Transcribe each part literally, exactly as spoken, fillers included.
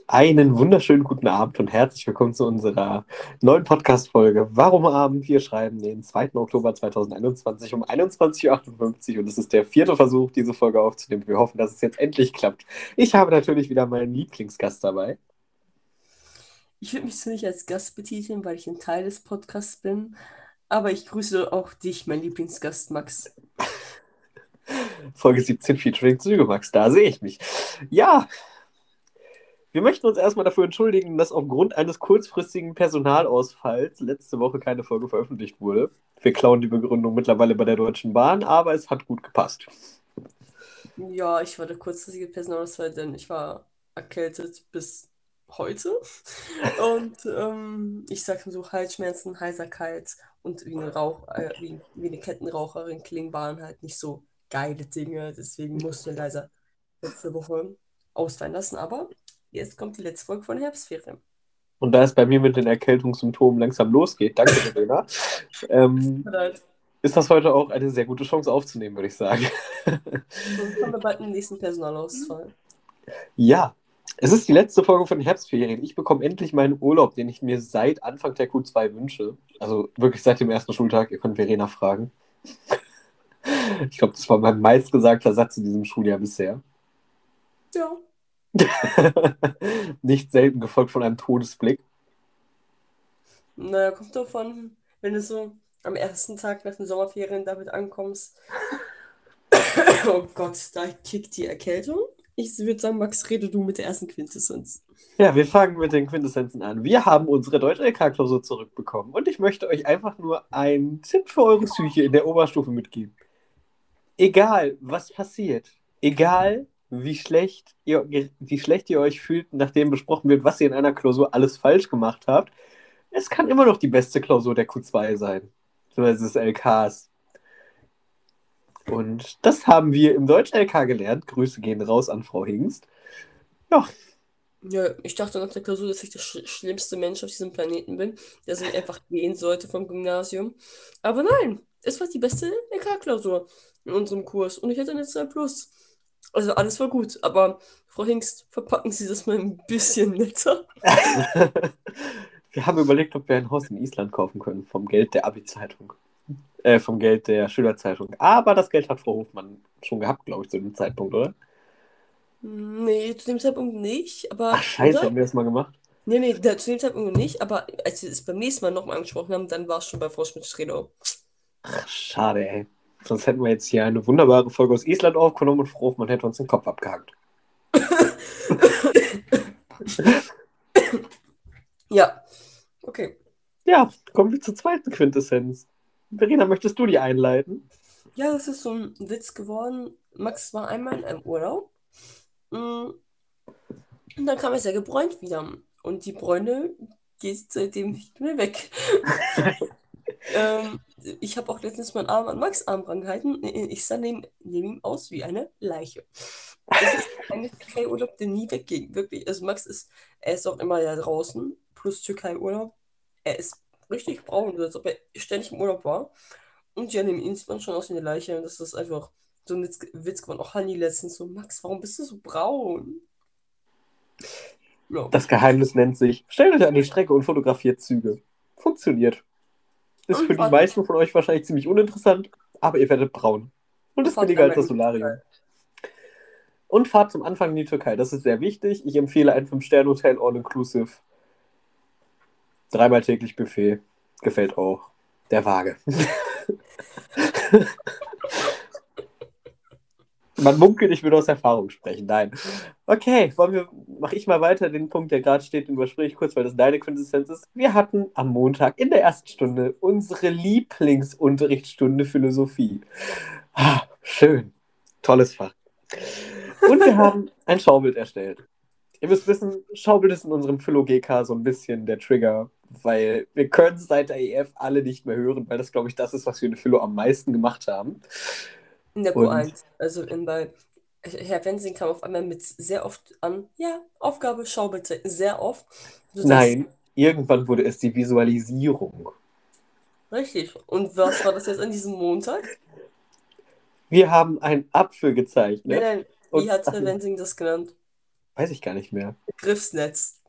Einen wunderschönen guten Abend und herzlich willkommen zu unserer neuen Podcast-Folge Warum Abend? Wir schreiben den zweiten Oktober zweitausendeinundzwanzig um einundzwanzig Uhr achtundfünfzig und es ist der vierte Versuch, diese Folge aufzunehmen. Wir hoffen, dass es jetzt endlich klappt. Ich habe natürlich wieder meinen Lieblingsgast dabei. Ich würde mich so nicht als Gast betiteln, weil ich ein Teil des Podcasts bin, aber ich grüße auch dich, mein Lieblingsgast Max. Folge siebzehn featuring Zügemax, da sehe ich mich. Ja, wir möchten uns erstmal dafür entschuldigen, dass aufgrund eines kurzfristigen Personalausfalls letzte Woche keine Folge veröffentlicht wurde. Wir klauen die Begründung mittlerweile bei der Deutschen Bahn, aber es hat gut gepasst. Ja, ich war der kurzfristige Personalausfall, denn ich war erkältet bis heute. Und ähm, ich sag mal so, Halsschmerzen, Heiserkeit und wie eine Rauch, äh, wie, wie eine Kettenraucherin klingen waren halt nicht so geile Dinge. Deswegen mussten wir leider letzte Woche ausfallen lassen. Aber jetzt kommt die letzte Folge von Herbstferien. Und da es bei mir mit den Erkältungssymptomen langsam losgeht, danke Verena, ähm, Leid. ist das heute auch eine sehr gute Chance aufzunehmen, würde ich sagen. Sonst haben wir bald einen nächsten Personalausfall. Ja, es ist die letzte Folge von den Herbstferien. Ich bekomme endlich meinen Urlaub, den ich mir seit Anfang der Q zwei wünsche. Also wirklich seit dem ersten Schultag. Ihr könnt Verena fragen. Ich glaube, das war mein meistgesagter Satz in diesem Schuljahr bisher. Ja. Nicht selten gefolgt von einem Todesblick. Naja, kommt davon, wenn du so am ersten Tag nach den Sommerferien damit ankommst. Oh Gott, da kickt die Erkältung. Ich würde sagen, Max, rede du mit der ersten Quintessenz. Ja, wir fangen mit den Quintessenzen an. Wir haben unsere Deutsch-L K-Klausur zurückbekommen und ich möchte euch einfach nur einen Tipp für eure Psyche in der Oberstufe mitgeben. Egal, was passiert, egal, wie schlecht ihr, wie schlecht ihr euch fühlt, nachdem besprochen wird, was ihr in einer Klausur alles falsch gemacht habt, es kann immer noch die beste Klausur der Q zwei sein, beziehungsweise des L Ks. Und das haben wir im Deutsch-L K gelernt. Grüße gehen raus an Frau Hingst. Ja, Ja, ich dachte nach der Klausur, dass ich der sch schlimmste Mensch auf diesem Planeten bin, dass ich einfach gehen sollte vom Gymnasium. Aber nein, es war die beste L K-Klausur in unserem Kurs und ich hatte eine zwei plus. Also alles war gut, aber Frau Hingst, verpacken Sie das mal ein bisschen netter. wir haben überlegt, ob wir ein Haus in Island kaufen können vom Geld der Abi-Zeitung. Äh, vom Geld der Schülerzeitung. Aber das Geld hat Frau Hofmann schon gehabt, glaube ich, zu dem Zeitpunkt, oder? Nee, zu dem Zeitpunkt nicht, Ach, aber, scheiße, oder? hätten wir das mal gemacht. Nee, nee, da, zu dem Zeitpunkt nicht, aber als wir es beim nächsten Mal nochmal angesprochen haben, dann war es schon bei Frau Schmidt-Stredau. Ach, schade, ey. Sonst hätten wir jetzt hier eine wunderbare Folge aus Island aufgenommen und Frau Hofmann hätte uns den Kopf abgehackt. Ja, okay. Ja, kommen wir zur zweiten Quintessenz. Verena, möchtest du die einleiten? Ja, das ist so ein Witz geworden. Max war einmal in einem Urlaub. mm, Und dann kam er sehr gebräunt wieder. Und die Bräune geht seitdem nicht mehr weg. Ähm, ich habe auch letztens meinen Arm an Max Arm rangehalten. Ich sah neben, neben ihm aus wie eine Leiche. Es ist ein Türkei-Urlaub, der nie wegging. Wirklich. Also Max ist, er ist auch immer da draußen, plus Türkei-Urlaub. Er ist richtig braun, so als ob er ständig im Urlaub war. Und ja, neben ihm sieht man schon aus wie eine Leiche. Und das ist einfach so ein Witz, Witz geworden. Auch Hanni letztens so, Max, warum bist du so braun? Ja. Das Geheimnis nennt sich, stellt euch an die Strecke und fotografiert Züge. Funktioniert. Ist Und für die fahrt, meisten von euch wahrscheinlich ziemlich uninteressant, aber ihr werdet braun. Und und ist fahrt billiger als einmal das in die Solarium. Türkei. Und fahrt zum Anfang in die Türkei. Das ist sehr wichtig. Ich empfehle ein fünf-Sterne-Hotel All-Inclusive. Dreimal täglich Buffet. Gefällt auch. Der Waage. Man munkelt, ich würde aus Erfahrung sprechen. Nein. Okay, wollen wir, mache ich mal weiter den Punkt, der gerade steht, und überspringe ich kurz, weil das deine Quintessenz ist. Wir hatten am Montag in der ersten Stunde unsere Lieblingsunterrichtsstunde Philosophie. Ah, schön. Tolles Fach. Und wir haben ein Schaubild erstellt. Ihr müsst wissen, Schaubild ist in unserem Philo-G K so ein bisschen der Trigger, weil wir können seit der E F alle nicht mehr hören, weil das, glaube ich, das ist, was wir in Philo am meisten gemacht haben. In der Und Q eins. Also in bei Herr Wensing kam auf einmal mit sehr oft an, ja, Aufgabe, schau bitte, sehr oft. Sodass, nein, irgendwann wurde es die Visualisierung. richtig. Und was war das jetzt an diesem Montag? Wir haben einen Apfel Nein, gezeichnet nein, wie und hat Herr achso, Wensing das genannt? Weiß ich gar nicht mehr. Begriffsnetz.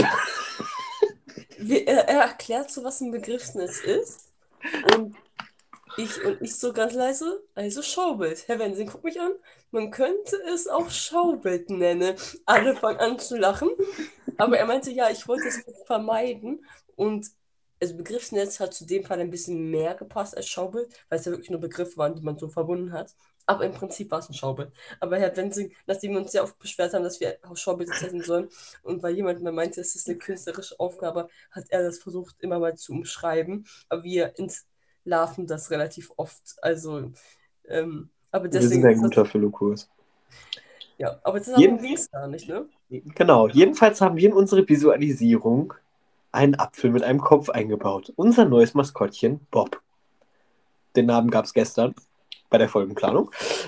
Wie, er, er erklärt so, was ein Begriffsnetz ist. Und ich und ich so ganz leise, also Schaubild. Herr Wensing, guck mich an. Man könnte es auch Schaubild nennen. Alle fangen an zu lachen. Aber er meinte, ja, ich wollte es vermeiden. Und also Begriffsnetz hat zu dem Fall ein bisschen mehr gepasst als Schaubild, weil es ja wirklich nur Begriffe waren, die man so verbunden hat. Aber im Prinzip war es ein Schaubild. Aber Herr Wensing, nachdem wir uns sehr oft beschwert haben, dass wir auch Schaubilder zeichnen sollen, und weil jemand mir meinte, es ist eine künstlerische Aufgabe, hat er das versucht, immer mal zu umschreiben. Aber wir ins Larven das relativ oft. Also, ähm, aber Wir sind deswegen ein ist das, guter Philo-Kurs. ja, aber darum Jeden, ging es gar nicht, ne? genau, jedenfalls haben wir in unsere Visualisierung einen Apfel mit einem Kopf eingebaut. Unser neues Maskottchen, Bob. Den Namen gab es gestern bei der Folgenplanung.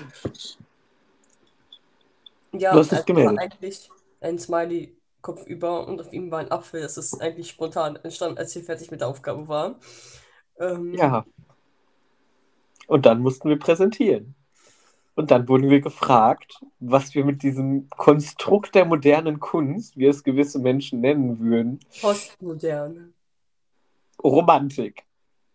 Ja, Du hast dich also es war gemeldet. eigentlich ein Smiley kopfüber und auf ihm war ein Apfel. Das ist eigentlich spontan entstanden, als wir fertig mit der Aufgabe waren. Ähm, Ja, und dann mussten wir präsentieren. Und dann wurden wir gefragt, was wir mit diesem Konstrukt der modernen Kunst, wie es gewisse Menschen nennen würden, postmodern. Romantik,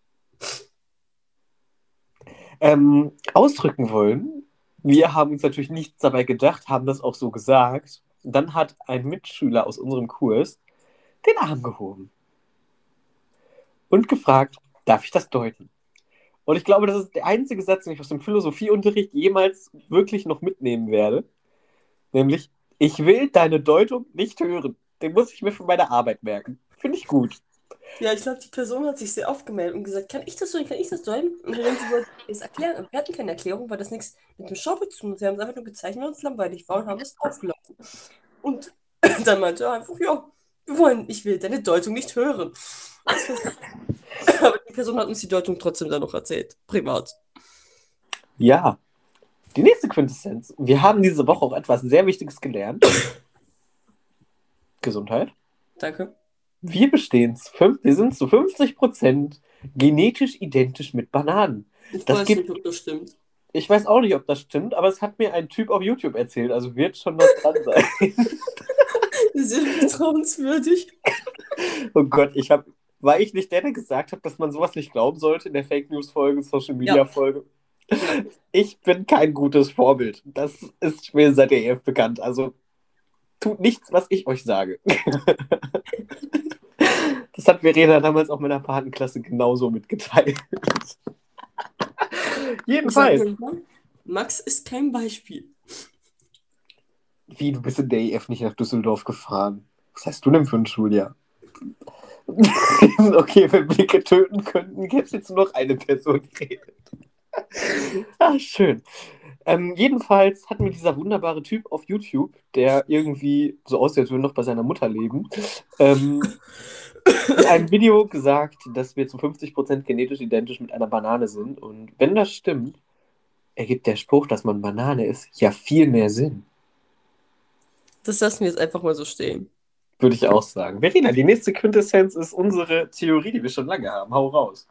ähm, ausdrücken wollen. Wir haben uns natürlich nichts dabei gedacht, haben das auch so gesagt. Und dann hat ein Mitschüler aus unserem Kurs den Arm gehoben und gefragt, darf ich das deuten? Und ich glaube, das ist der einzige Satz, den ich aus dem Philosophieunterricht jemals wirklich noch mitnehmen werde. Nämlich, ich will deine Deutung nicht hören. Den muss ich mir für meine Arbeit merken. Finde ich gut. Ja, ich glaube, die Person hat sich sehr oft gemeldet und gesagt, kann ich das so, kann ich das so? Und wenn sie wollte es erklären, und wir hatten keine Erklärung, weil das nichts mit dem Schaubild zu tun hat. Sie haben es einfach nur gezeichnet, weil es langweilig war und haben es draufgelassen. Und dann meinte er einfach, ja, wir wollen, ich will deine Deutung nicht hören. Das war- Aber die Person hat uns die Deutung trotzdem dann noch erzählt, privat. Ja, die nächste Quintessenz. Wir haben diese Woche auch etwas sehr Wichtiges gelernt. Gesundheit. Danke. Wir bestehen, zu fünf- wir sind zu fünfzig Prozent genetisch identisch mit Bananen. Ich Das weiß nicht, gibt, ob das stimmt. ich weiß auch nicht, ob das stimmt, aber es hat mir ein Typ auf YouTube erzählt, also wird schon was dran sein. Sehr vertrauenswürdig. Oh Gott, ich habe, war ich nicht der, der gesagt hat, dass man sowas nicht glauben sollte in der Fake News Folge, Social Media Ja, Folge? ja. Ich bin kein gutes Vorbild. Das ist mir seit der E F bekannt. Also tut nichts, was ich euch sage. Das hat Verena damals auch meiner Patenklasse genauso mitgeteilt. Ich sage Jedenfalls. dir, Max ist kein Beispiel. Wie, du bist in der E F nicht nach Düsseldorf gefahren? Was hast du denn für ein Schuljahr? Okay, wenn Blicke töten könnten, gäbe es jetzt nur noch eine Person, die redet. Ah, schön. Ähm, jedenfalls hat mir dieser wunderbare Typ auf YouTube, der irgendwie so aussieht, als würde er noch bei seiner Mutter leben, ähm, in einem Video gesagt, dass wir zu fünfzig Prozent genetisch identisch mit einer Banane sind. Und wenn das stimmt, ergibt der Spruch, dass man Banane ist, ja viel mehr Sinn. Das lassen wir jetzt einfach mal so stehen. Würde ich auch sagen. Verena, die nächste Quintessenz ist unsere Theorie, die wir schon lange haben. Hau raus.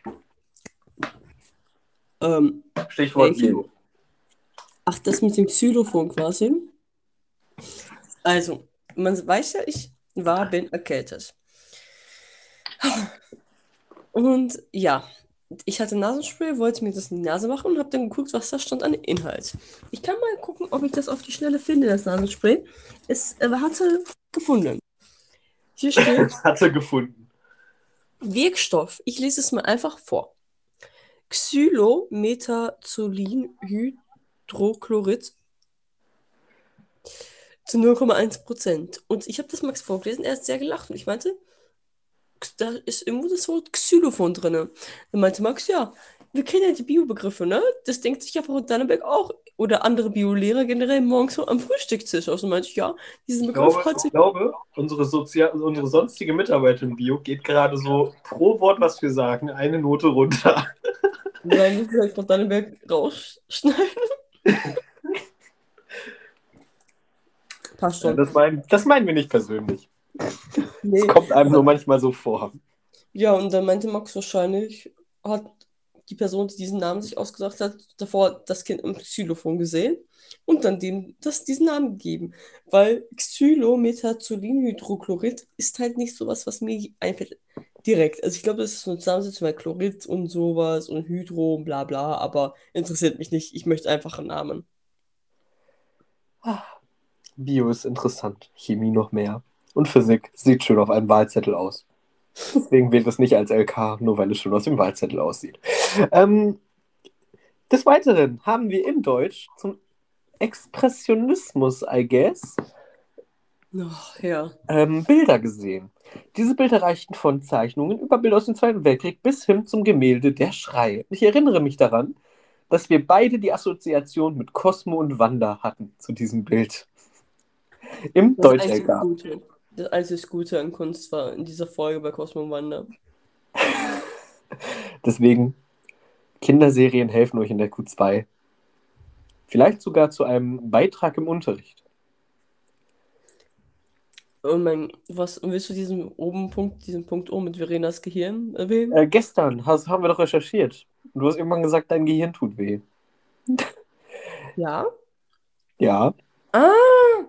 Ähm, Stichwort welche? Bio. Ach, das mit dem Xylophon quasi. Also, man weiß ja, ich war, bin erkältet. Und ja, ich hatte Nasenspray, wollte mir das in die Nase machen und habe dann geguckt, was da stand an Inhalt. Ich kann mal gucken, ob ich das auf die Schnelle finde, das Nasenspray. Es äh, hatte gefunden. Hier steht Hatte gefunden. Wirkstoff. Ich lese es mal einfach vor. Xylometazolin-Hydrochlorid zu null Komma eins Prozent. Und ich habe das Max vorgelesen, er hat sehr gelacht und ich meinte, da ist irgendwo das Wort Xylophon drin. Dann meinte Max, ja, wir kennen ja die Biobegriffe, ne? Das denkt sich ja Frau Dannenberg auch. Oder andere Biolehrer generell morgens so am Frühstückstisch aus. Und meinte ich, ja, diesen Ich Begriff glaube, hat ich sich. glaube unsere, Sozia unsere sonstige Mitarbeiterin Bio geht gerade so pro Wort, was wir sagen, eine Note runter. Sollen wir vielleicht Frau Dannenberg rausschneiden? Passt Ja, schon. das, meinen, das meinen wir nicht persönlich. Nee. Es kommt einem nur manchmal so vor. Ja, und dann meinte Max wahrscheinlich, hat die Person, die diesen Namen sich ausgedacht hat, davor das Kind im Xylophon gesehen und dann dem das, diesen Namen gegeben. Weil Xylomethacrylhydrochlorid ist halt nicht sowas, was mir einfällt direkt. Also ich glaube, das ist so eine Zusammensetzung bei Chlorid und sowas und Hydro und bla bla, aber interessiert mich nicht. Ich möchte einfach einen Namen. Bio ist interessant, Chemie noch mehr. Und Physik sieht schön auf einem Wahlzettel aus. Deswegen wählt es nicht als L K, nur weil es schön aus dem Wahlzettel aussieht. Ähm, des Weiteren haben wir in Deutsch zum Expressionismus, I guess, Ach, ja. ähm, Bilder gesehen. Diese Bilder reichten von Zeichnungen über Bilder aus dem Zweiten Weltkrieg bis hin zum Gemälde Der Schrei. Ich erinnere mich daran, dass wir beide die Assoziation mit Cosmo und Wanda hatten zu diesem Bild. Im Das Deutsch-L einzig K. Gute. Das einzig Gute an Kunst war in dieser Folge bei Cosmo und Wanda. Deswegen, Kinderserien helfen euch in der Q zwei. Vielleicht sogar zu einem Beitrag im Unterricht. Und mein, was, willst du diesen oben Punkt, diesen Punkt oben mit Verenas Gehirn erwähnen? Äh, gestern hast, haben wir doch recherchiert. Du hast irgendwann gesagt, dein Gehirn tut weh. Ja. Ja. Ah!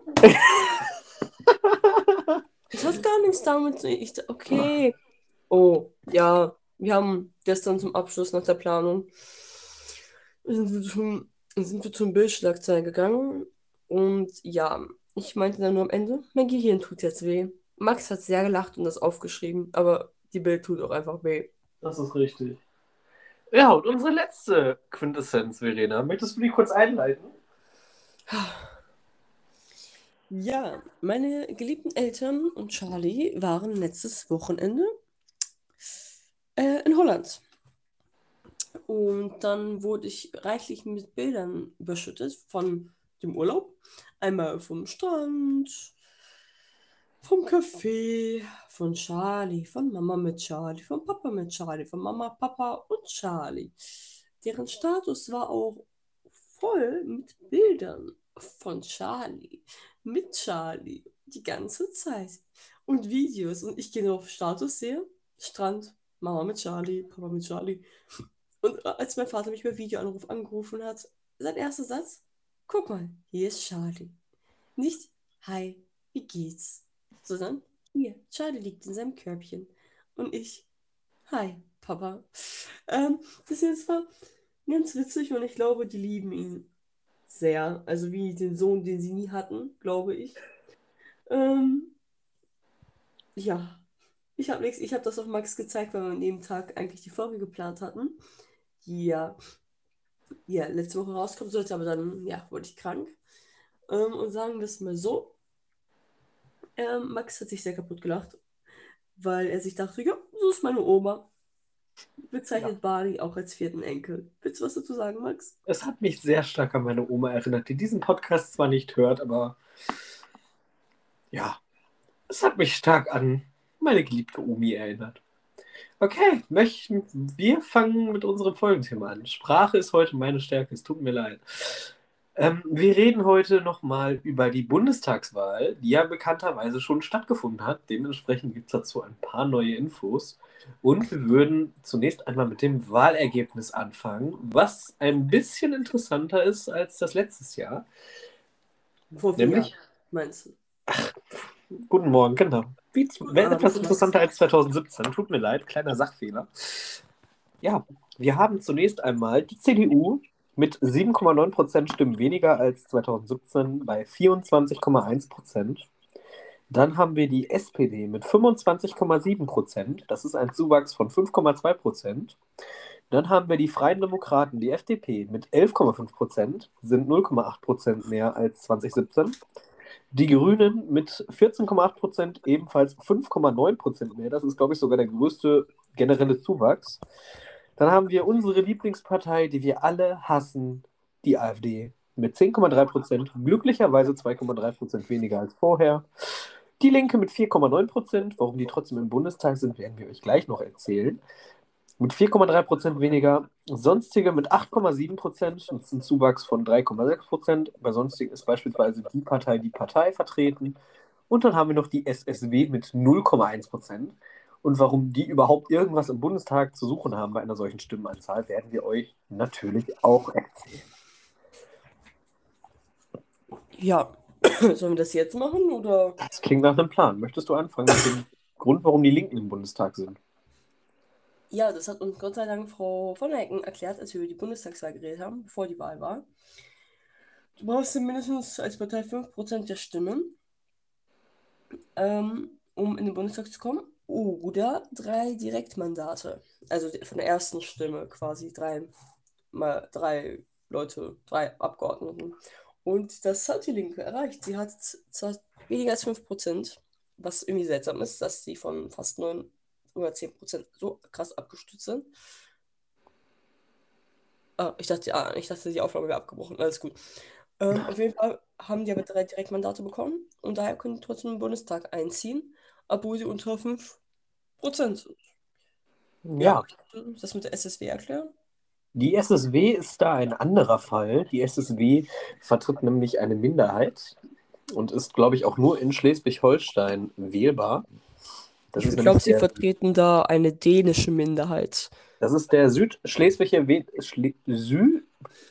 Das hat gar nichts damit zu ich, okay. Oh, ja. Wir haben gestern zum Abschluss nach der Planung sind wir zum, sind wir zum Bildschlagzeug gegangen. Und ja, ich meinte dann nur am Ende, mein Gehirn tut jetzt weh. Max hat sehr gelacht und das aufgeschrieben, aber die Bild tut auch einfach weh. Das ist richtig. Ja, und unsere letzte Quintessenz, Verena. Möchtest du die kurz einleiten? Ja, meine geliebten Eltern und Charlie waren letztes Wochenende äh, in Holland. Und dann wurde ich reichlich mit Bildern überschüttet von dem Urlaub. Einmal vom Strand, vom Café, von Charlie, von Mama mit Charlie, von Papa mit Charlie, von Mama, Papa und Charlie. Deren Status war auch voll mit Bildern von Charlie, mit Charlie, die ganze Zeit. Und Videos. Und ich gehe auf Status, sehe, Strand, Mama mit Charlie, Papa mit Charlie. Und als mein Vater mich per Videoanruf angerufen hat, sein erster Satz, guck mal, hier ist Charlie. Nicht, hi, wie geht's? Sondern, hier, Charlie liegt in seinem Körbchen. Und ich, hi, Papa. Ähm, das jetzt war ganz witzig und ich glaube, die lieben ihn sehr. Also wie den Sohn, den sie nie hatten, glaube ich. Ähm, ja, ich habe nichts, ich habe das auf Max gezeigt, weil wir an dem Tag eigentlich die Folge geplant hatten. Ja, ja, letzte Woche rauskommen sollte, aber dann, ja, wurde ich krank. Ähm, und sagen wir es mal so, ähm, Max hat sich sehr kaputt gelacht, weil er sich dachte, ja, so ist meine Oma. Ja. Bezeichnet Barney auch als vierten Enkel. Willst du was dazu sagen, Max? Es hat mich sehr stark an meine Oma erinnert, die diesen Podcast zwar nicht hört, aber ja, es hat mich stark an meine geliebte Omi erinnert. Okay, möchten wir fangen mit unserem Folgenthema an. Sprache ist heute meine Stärke, es tut mir leid. Ähm, wir reden heute nochmal über die Bundestagswahl, die ja bekannterweise schon stattgefunden hat. Dementsprechend gibt es dazu ein paar neue Infos. Und wir würden zunächst einmal mit dem Wahlergebnis anfangen, was ein bisschen interessanter ist als das letztes Jahr. Vor vier Nämlich, Jahren, meinst du? guten Morgen, genau. Wie, Guten etwas Abend, Max. interessanter als zwanzig siebzehn. Tut mir leid, kleiner Sachfehler. Ja, wir haben zunächst einmal die C D U mit sieben Komma neun Prozent Stimmen weniger als zwanzig siebzehn bei vierundzwanzig Komma eins Prozent. Dann haben wir die S P D mit fünfundzwanzig Komma sieben Prozent. Das ist ein Zuwachs von fünf Komma zwei Prozent. Dann haben wir die Freien Demokraten, die F D P, mit elf Komma fünf Prozent, sind null Komma acht Prozent mehr als zwanzig siebzehn. Die Grünen mit vierzehn Komma acht Prozent, ebenfalls fünf Komma neun Prozent mehr. Das ist, glaube ich, sogar der größte generelle Zuwachs. Dann haben wir unsere Lieblingspartei, die wir alle hassen, die AfD, mit zehn Komma drei Prozent, glücklicherweise zwei Komma drei Prozent weniger als vorher. Die Linke mit vier Komma neun Prozent, warum die trotzdem im Bundestag sind, werden wir euch gleich noch erzählen. Mit vier Komma drei Prozent weniger. Sonstige mit acht Komma sieben Prozent, das ist ein Zuwachs von drei Komma sechs Prozent. Bei Sonstigen ist beispielsweise die Partei die Partei vertreten. Und dann haben wir noch die S S W mit null Komma eins Prozent. und warum die überhaupt irgendwas im Bundestag zu suchen haben bei einer solchen Stimmenanzahl, werden wir euch natürlich auch erzählen. Ja, sollen wir das jetzt machen oder? Das klingt nach einem Plan. Möchtest du anfangen mit dem Grund, warum die Linken im Bundestag sind? Ja, das hat uns Gott sei Dank Frau von der Ecken erklärt, als wir über die Bundestagswahl geredet haben, bevor die Wahl war. Du brauchst ja mindestens als Partei fünf Prozent der Stimmen, ähm, um in den Bundestag zu kommen. Oder drei Direktmandate. Also von der ersten Stimme quasi drei, mal drei Leute, drei Abgeordneten. Und das hat die Linke erreicht. Sie hat zwar weniger als fünf Prozent, was irgendwie seltsam ist, dass sie von fast neun oder zehn Prozent so krass abgestützt sind. Ah, ich dachte, ah, ich dachte, die Aufnahme wäre abgebrochen. Alles gut. Ähm, auf jeden Fall haben die aber drei Direktmandate bekommen und daher können die trotzdem im Bundestag einziehen, obwohl sie unter fünf Prozent sind. Ja, Ja, kannst du das mit der S S W erklären? die S S W ist da ein anderer Fall. Die S S W vertritt nämlich eine Minderheit und ist, glaube ich, auch nur in Schleswig-Holstein wählbar. Das Ich ist nämlich glaube, sie der, vertreten da eine dänische Minderheit. das ist der Südschleswische We Schle Sü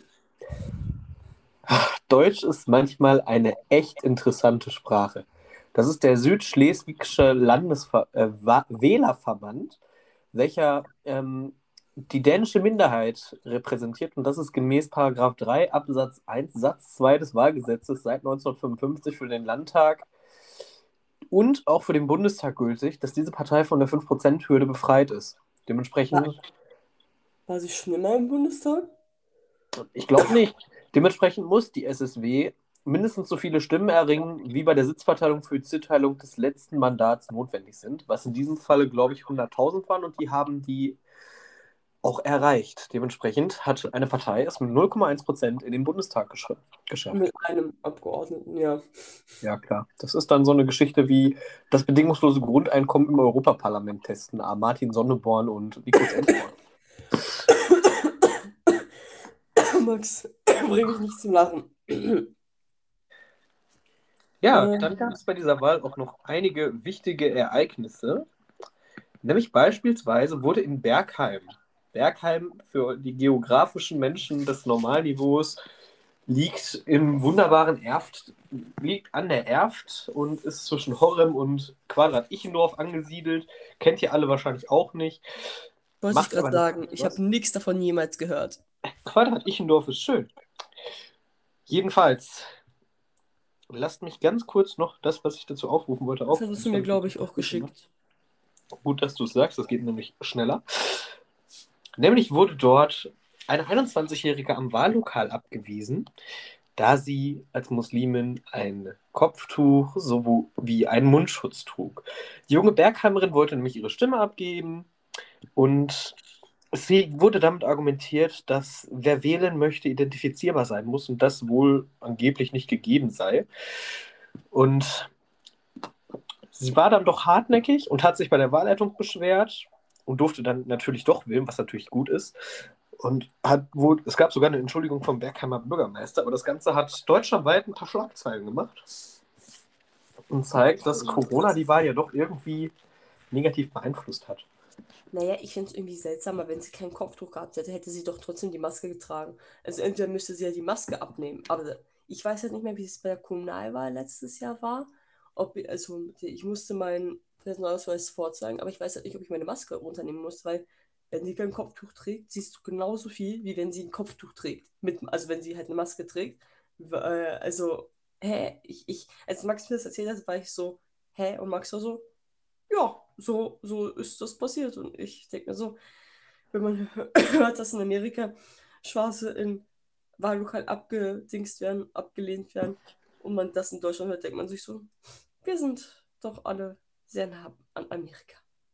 Deutsch ist manchmal eine echt interessante Sprache. Das ist der Südschleswigsche Landesver äh, Wa- Wählerverband, welcher ähm, die dänische Minderheit repräsentiert. Und das ist gemäß Paragraph drei Absatz eins Satz zwei des Wahlgesetzes seit neunzehnhundertfünfundfünfzig für den Landtag und auch für den Bundestag gültig, dass diese Partei von der fünf Prozent-Hürde befreit ist. War, Dementsprechend, war sie schon immer im Bundestag? ich glaube nicht. Dementsprechend muss die S S W mindestens so viele Stimmen erringen, wie bei der Sitzverteilung für die Zuteilung des letzten Mandats notwendig sind, was in diesem Falle, glaube ich, hunderttausend waren und die haben die auch erreicht. Dementsprechend hat eine Partei es mit null Komma eins Prozent in den Bundestag gesch geschafft. Mit einem Abgeordneten, ja. Ja, klar. Das ist dann so eine Geschichte wie das bedingungslose Grundeinkommen im Europaparlament testen. Ah, Martin Sonneborn und Vikus Endborn. Max, bring mich nicht zum Lachen. Ja, Ähm, dann gab es bei dieser Wahl auch noch einige wichtige Ereignisse. Nämlich beispielsweise wurde in Bergheim, Bergheim für die geografischen Menschen des Normalniveaus, liegt im wunderbaren Erft, liegt an der Erft und ist zwischen Horrem und Quadrat-Ichendorf angesiedelt. Kennt ihr alle wahrscheinlich auch nicht. wollte ich Macht gerade aber sagen, nicht ich was. habe nichts davon jemals gehört. Quadrat-Ichendorf ist schön. Jedenfalls, lasst mich ganz kurz noch das, was ich dazu aufrufen wollte, Das aufrufen. hattest du Das mir, habe ich glaube nämlich ich, auch nicht gemacht. geschickt. Gut, dass du es sagst, das geht nämlich schneller. Nämlich wurde dort eine einundzwanzigjährige am Wahllokal abgewiesen, da sie als Muslimin ein Kopftuch sowie einen Mundschutz trug. Die junge Bergheimerin wollte nämlich ihre Stimme abgeben und sie wurde damit argumentiert, dass wer wählen möchte, identifizierbar sein muss und das wohl angeblich nicht gegeben sei. Und sie war dann doch hartnäckig und hat sich bei der Wahlleitung beschwert und durfte dann natürlich doch wählen, was natürlich gut ist. Und hat wohl, es gab sogar eine Entschuldigung vom Bergheimer Bürgermeister, aber das Ganze hat deutschlandweit ein paar Schlagzeilen gemacht und zeigt, dass Corona die Wahl ja doch irgendwie negativ beeinflusst hat. Naja, ich finde es irgendwie seltsamer, wenn sie kein Kopftuch gehabt hätte, hätte sie doch trotzdem die Maske getragen. Also entweder müsste sie ja die Maske abnehmen, aber ich weiß halt nicht mehr, wie es bei der Kommunalwahl letztes Jahr war. Ob, also ich musste meinen Personalausweis vorzeigen, aber ich weiß halt nicht, ob ich meine Maske runternehmen muss, weil wenn sie kein Kopftuch trägt, siehst du genauso viel, wie wenn sie ein Kopftuch trägt. Mit, also wenn sie halt eine Maske trägt. Äh, also, hä? Ich, ich, als Max mir das erzählt hat, war ich so, hä? Und Max war so, ja, so, so ist das passiert. Und ich denke mir so, wenn man hört, dass in Amerika Schwarze in Wahllokal abgedingst werden, abgelehnt werden und man das in Deutschland hört, denkt man sich so, wir sind doch alle sehr nah an Amerika.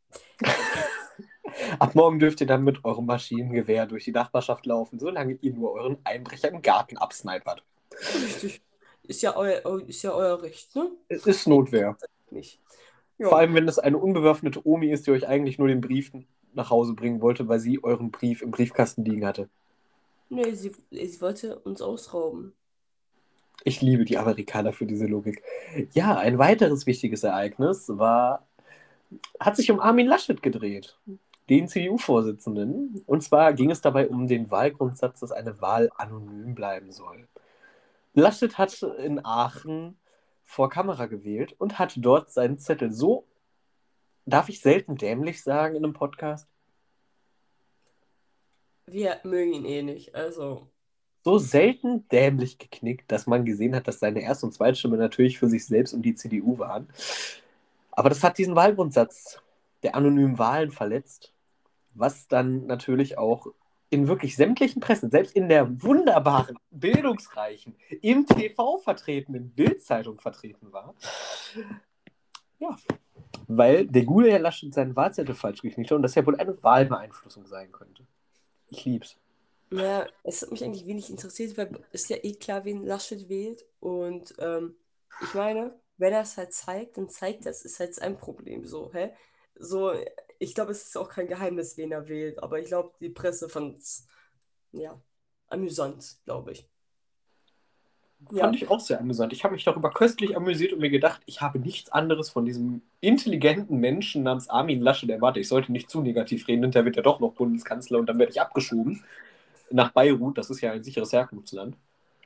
Ab morgen dürft ihr dann mit eurem Maschinengewehr durch die Nachbarschaft laufen, solange ihr nur euren Einbrecher im Garten absnipert. Richtig. Ist ja euer, ist ja euer Recht, ne? Es ist Notwehr. Nicht. Vor Ja. allem, wenn es eine unbewaffnete Omi ist, die euch eigentlich nur den Brief nach Hause bringen wollte, weil sie euren Brief im Briefkasten liegen hatte. Nee, sie, sie wollte uns ausrauben. Ich liebe die Amerikaner für diese Logik. Ja, ein weiteres wichtiges Ereignis war hat sich um Armin Laschet gedreht, den C D U-Vorsitzenden. Und zwar ging es dabei um den Wahlgrundsatz, dass eine Wahl anonym bleiben soll. Laschet hat in Aachen vor Kamera gewählt und hat dort seinen Zettel so, darf ich selten dämlich sagen in einem Podcast, Wir mögen ihn eh nicht, also. so selten dämlich geknickt, dass man gesehen hat, dass seine Erst- und Zweitstimme natürlich für sich selbst und die C D U waren. Aber das hat diesen Wahlgrundsatz der anonymen Wahlen verletzt, was dann natürlich auch in wirklich sämtlichen Pressen, selbst in der wunderbaren, bildungsreichen, im T V vertretenen Bild-Zeitung vertreten war. Ja, weil der gute Herr Laschet seinen Wahlzettel falsch geknickt hat und das ja wohl eine Wahlbeeinflussung sein könnte. Ich lieb's. Naja, es hat mich eigentlich wenig interessiert, weil es ist ja eh klar, wen Laschet wählt. Und ähm, ich meine, wenn er es halt zeigt, dann zeigt er es. Ist halt sein Problem so, hä? So, ich glaube, es ist auch kein Geheimnis, wen er wählt, aber ich glaube, die Presse fand es, ja, amüsant, glaube ich. Fand Ja. ich auch sehr amüsant. Ich habe mich darüber köstlich amüsiert und mir gedacht, ich habe nichts anderes von diesem intelligenten Menschen namens Armin Laschet erwartet. Ich sollte nicht zu negativ reden, hinterher wird er doch noch Bundeskanzler und dann werde ich abgeschoben nach Beirut. Das ist ja ein sicheres Herkunftsland.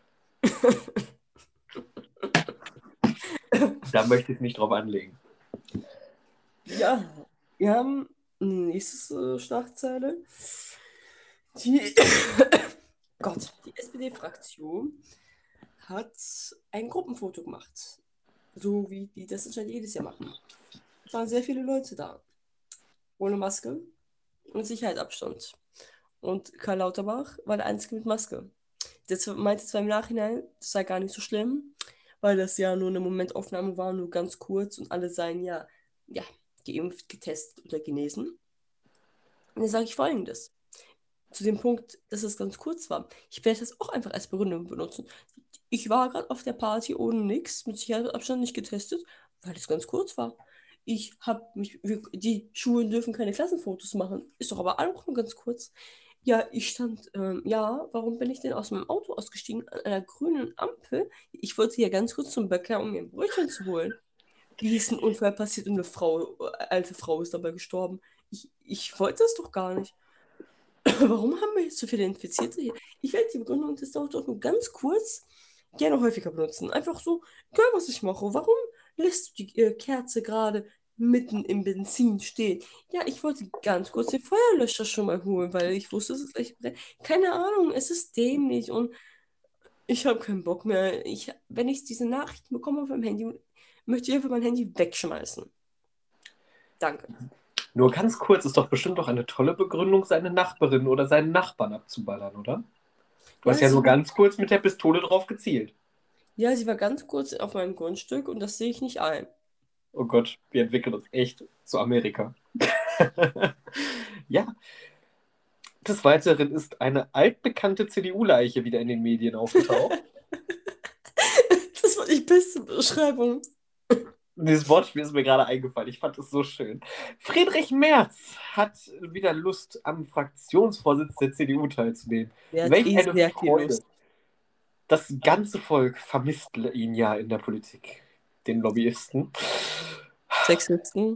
Da möchte ich es nicht drauf anlegen. Ja, wir haben nächste äh, Schlagzeile. Die, Gott, die S P D-Fraktion hat ein Gruppenfoto gemacht. So wie die das anscheinend jedes Jahr machen. Es waren sehr viele Leute da. Ohne Maske und Sicherheitsabstand. Und Karl Lauterbach war der Einzige mit Maske. Der meinte zwar im Nachhinein, das sei gar nicht so schlimm, weil das ja nur eine Momentaufnahme war, nur ganz kurz und alle seien ja, ja geimpft, getestet oder genesen. Und dann sage ich Folgendes. Zu dem Punkt, dass es ganz kurz war. Ich werde das auch einfach als Begründung benutzen. Ich war gerade auf der Party ohne nix, mit Sicherheitsabstand nicht getestet, weil es ganz kurz war. Ich habe mich, wir, die Schulen dürfen keine Klassenfotos machen. Ist doch aber auch nur ganz kurz. Ja, ich stand, ähm, ja, warum bin ich denn aus meinem Auto ausgestiegen an einer grünen Ampel? Ich wollte ja ganz kurz zum Bäcker, um mir ein Brötchen zu holen. Wie ist ein Unfall passiert und eine Frau, äh, alte Frau ist dabei gestorben? Ich, ich wollte das doch gar nicht. Warum haben wir jetzt so viele Infizierte hier? Ich werde die Begründung, das dauert doch nur ganz kurz, gerne häufiger benutzen. Einfach so, egal was ich mache, warum lässt du die äh, Kerze gerade mitten im Benzin stehen? Ja, ich wollte ganz kurz den Feuerlöscher schon mal holen, weil ich wusste, es ist gleich brennt. Keine Ahnung, es ist dämlich und ich habe keinen Bock mehr. Ich, wenn ich diese Nachrichten bekomme auf meinem Handy, möchte ich einfach mein Handy wegschmeißen. Danke. Nur ganz kurz, ist doch bestimmt doch eine tolle Begründung, seine Nachbarin oder seinen Nachbarn abzuballern, oder? Du hast Ja, ja nur sie war, ganz kurz mit der Pistole drauf gezielt. ja, sie war ganz kurz auf meinem Grundstück und das sehe ich nicht ein. Oh Gott, wir entwickeln uns echt zu Amerika. Ja, des Weiteren ist eine altbekannte C D U-Leiche wieder in den Medien aufgetaucht. Das war die beste Beschreibung. Dieses Wortspiel ist mir gerade eingefallen. Ich fand es so schön. Friedrich Merz hat wieder Lust, am Fraktionsvorsitz der C D U teilzunehmen. Der hat Welch eh eine sehr viel Freude. Lust. Das ganze Volk vermisst ihn ja in der Politik, den Lobbyisten. Sexisten.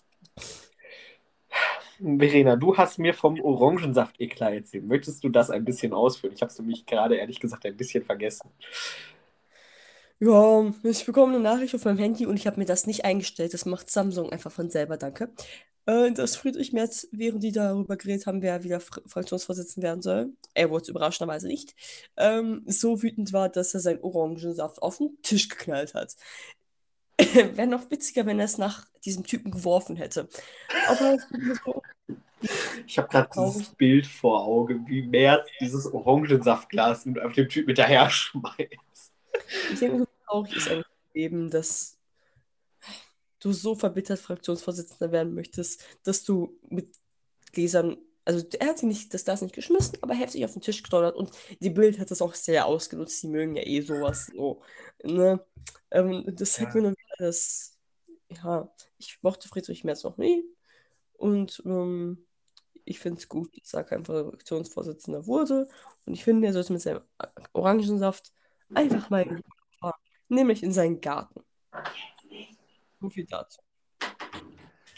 Verena, du hast mir vom Orangensaft-Eklat erzählt. Möchtest du das ein bisschen ausführen? Ich habe es nämlich gerade ehrlich gesagt ein bisschen vergessen. Ja, ich bekomme eine Nachricht auf meinem Handy und ich habe mir das nicht eingestellt. Das macht Samsung einfach von selber, danke. Äh, dass Friedrich Merz, während die darüber geredet haben, wer wieder Fr Fraktionsvorsitzender werden soll, er wurde überraschenderweise nicht, ähm, so wütend war, dass er seinen Orangensaft auf den Tisch geknallt hat. Wäre noch witziger, wenn er es nach diesem Typen geworfen hätte. Aber so Ich habe gerade dieses traurig. Bild vor Augen, wie Merz dieses Orangensaftglas auf dem Typ hinterher schmeißt. Ich denke, so traurig ist eigentlich das Leben, dass du so verbittert Fraktionsvorsitzender werden möchtest, dass du mit Gläsern, also er hat sie nicht, das Glas nicht geschmissen, aber heftig auf den Tisch gedonnert und die Bild hat das auch sehr ausgenutzt. Die mögen ja eh sowas so. Ne? Ähm, das zeigt mir Ja. nur wieder, dass, ja, ich mochte Friedrich Merz noch nie und ähm, ich finde es gut, dass er kein Fraktionsvorsitzender wurde und ich finde, er sollte mit seinem Orangensaft einfach mal in die fahren, nämlich in seinen Garten. So viel dazu.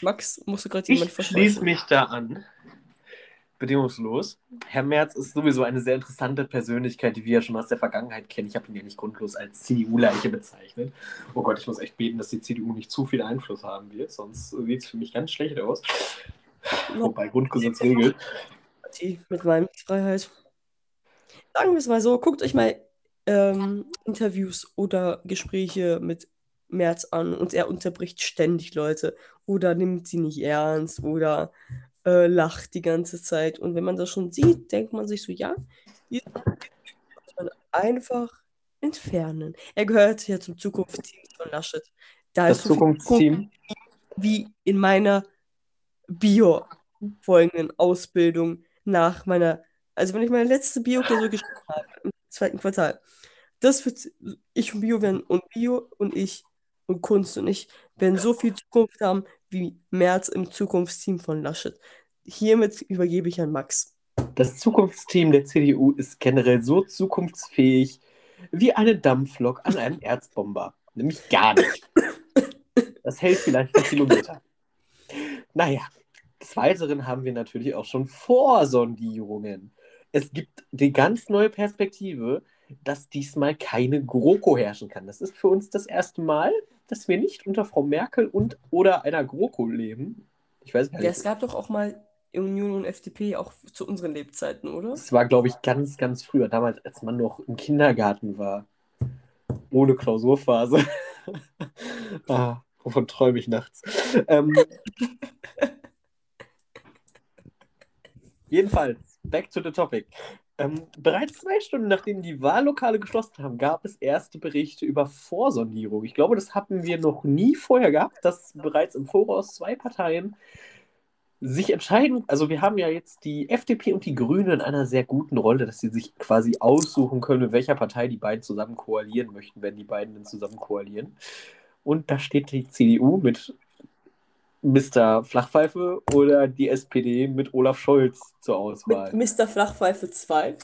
Max, musst du gerade Ich jemand schließe verscheuchen? mich da an. Bedingungslos. Herr Merz ist sowieso eine sehr interessante Persönlichkeit, die wir ja schon aus der Vergangenheit kennen. Ich habe ihn ja nicht grundlos als C D U-Leiche bezeichnet. Oh Gott, ich muss echt beten, dass die C D U nicht zu viel Einfluss haben wird, sonst sieht es für mich ganz schlecht aus. Wobei Grundgesetz regelt. Partie mit Meinungsfreiheit. Sagen wir es mal so, guckt euch mal ähm, Interviews oder Gespräche mit Merz an und er unterbricht ständig Leute oder nimmt sie nicht ernst oder äh, lacht die ganze Zeit. Und wenn man das schon sieht, denkt man sich so, ja, diesen muss man einfach entfernen. Er gehört ja zum Zukunftsteam von Laschet. Da ist Das so viel Zukunft Zukunftsteam. wie in meiner Bio folgenden Ausbildung nach meiner, also wenn ich meine letzte Bio-Klausur geschrieben habe, im zweiten Quartal, das wird, ich und Bio werden, und Bio und ich und Kunst und ich werden so viel Zukunft haben wie Merz im Zukunftsteam von Laschet. Hiermit übergebe ich an Max. Das Zukunftsteam der C D U ist generell so zukunftsfähig wie eine Dampflok an einem Erzbomber. Nämlich gar nicht. Das hält vielleicht ein Kilometer. Naja, des Weiteren haben wir natürlich auch schon Vorsondierungen. Es gibt die ganz neue Perspektive, dass diesmal keine GroKo herrschen kann. Das ist für uns das erste Mal, dass wir nicht unter Frau Merkel und oder einer GroKo leben. Ich weiß gar Ja, nicht. es gab doch auch mal Union und F D P auch zu unseren Lebzeiten, oder? Das war, glaube ich, ganz, ganz früher, damals, als man noch im Kindergarten war. Ohne Klausurphase. Ah, wovon träume ich nachts? Ähm, Jedenfalls, back to the topic. Ähm, bereits zwei Stunden nachdem die Wahllokale geschlossen haben, gab es erste Berichte über Vorsondierung. Ich glaube, das hatten wir noch nie vorher gehabt, dass bereits im Voraus zwei Parteien sich entscheiden. Also wir haben ja jetzt die F D P und die Grünen in einer sehr guten Rolle, dass sie sich quasi aussuchen können, mit welcher Partei die beiden zusammen koalieren möchten, wenn die beiden dann zusammen koalieren. Und da steht die C D U mit Mister Flachpfeife oder die S P D mit Olaf Scholz zur Mit Auswahl. Mister Flachpfeife zwei.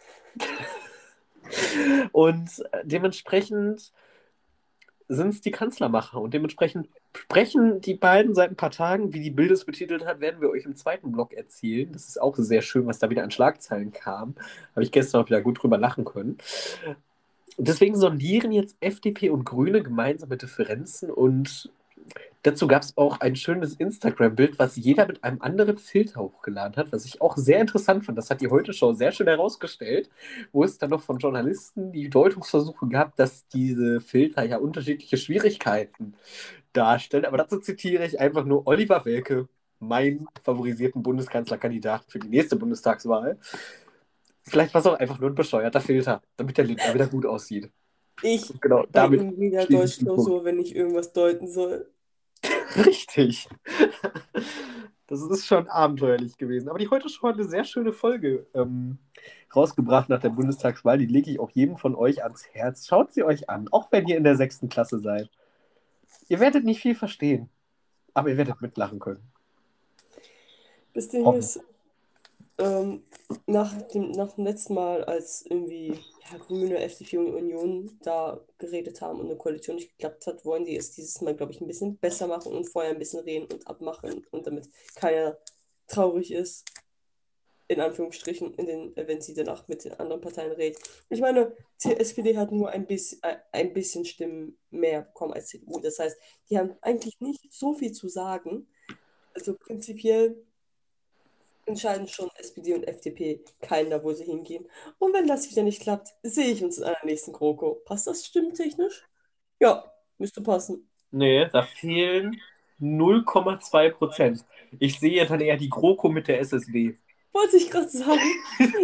Und dementsprechend sind es die Kanzlermacher. Und dementsprechend sprechen die beiden seit ein paar Tagen, wie die Bild es betitelt hat, werden wir euch im zweiten Block erzählen. Das ist auch sehr schön, was da wieder an Schlagzeilen kam. Habe ich gestern auch wieder gut drüber lachen können. Und deswegen sondieren jetzt F D P und Grüne gemeinsame Differenzen und dazu gab es auch ein schönes Instagram-Bild, was jeder mit einem anderen Filter hochgeladen hat, was ich auch sehr interessant fand. Das hat die Heute-Show sehr schön herausgestellt, wo es dann noch von Journalisten die Deutungsversuche gab, dass diese Filter ja unterschiedliche Schwierigkeiten darstellen. Aber dazu zitiere ich einfach nur Oliver Welke, meinen favorisierten Bundeskanzlerkandidaten für die nächste Bundestagswahl. Vielleicht war es auch einfach nur ein bescheuerter Filter, damit der Lindner wieder gut aussieht. Ich Und genau, bei damit in jeder schließe ich den Punkt. Deutschklausur, wenn ich irgendwas deuten soll. Richtig. Das ist schon abenteuerlich gewesen. Aber die heute schon eine sehr schöne Folge ähm, rausgebracht nach der Bundestagswahl. Die lege ich auch jedem von euch ans Herz. Schaut sie euch an, auch wenn ihr in der sechsten Klasse seid. Ihr werdet nicht viel verstehen, aber ihr werdet mitlachen können. Das Ding Hoffen. ist, ähm, nach dem, nach dem letzten Mal, als irgendwie ja, Grüne, F D P und Union da geredet haben und eine Koalition nicht geklappt hat, wollen die es dieses Mal, glaube ich, ein bisschen besser machen und vorher ein bisschen reden und abmachen und damit keiner traurig ist, in Anführungsstrichen, in den, wenn sie danach mit den anderen Parteien reden. Ich meine, die S P D hat nur ein bisschen, ein bisschen Stimmen mehr bekommen als C D U. Das heißt, die haben eigentlich nicht so viel zu sagen. Also prinzipiell entscheiden schon S P D und F D P keiner, wo sie hingehen. Und wenn das wieder nicht klappt, sehe ich uns in einer nächsten GroKo. Passt das stimmtechnisch? Ja, müsste passen. Nee, da fehlen null Komma zwei Prozent. Ich sehe dann eher die GroKo mit der S S D. Wollte ich gerade sagen.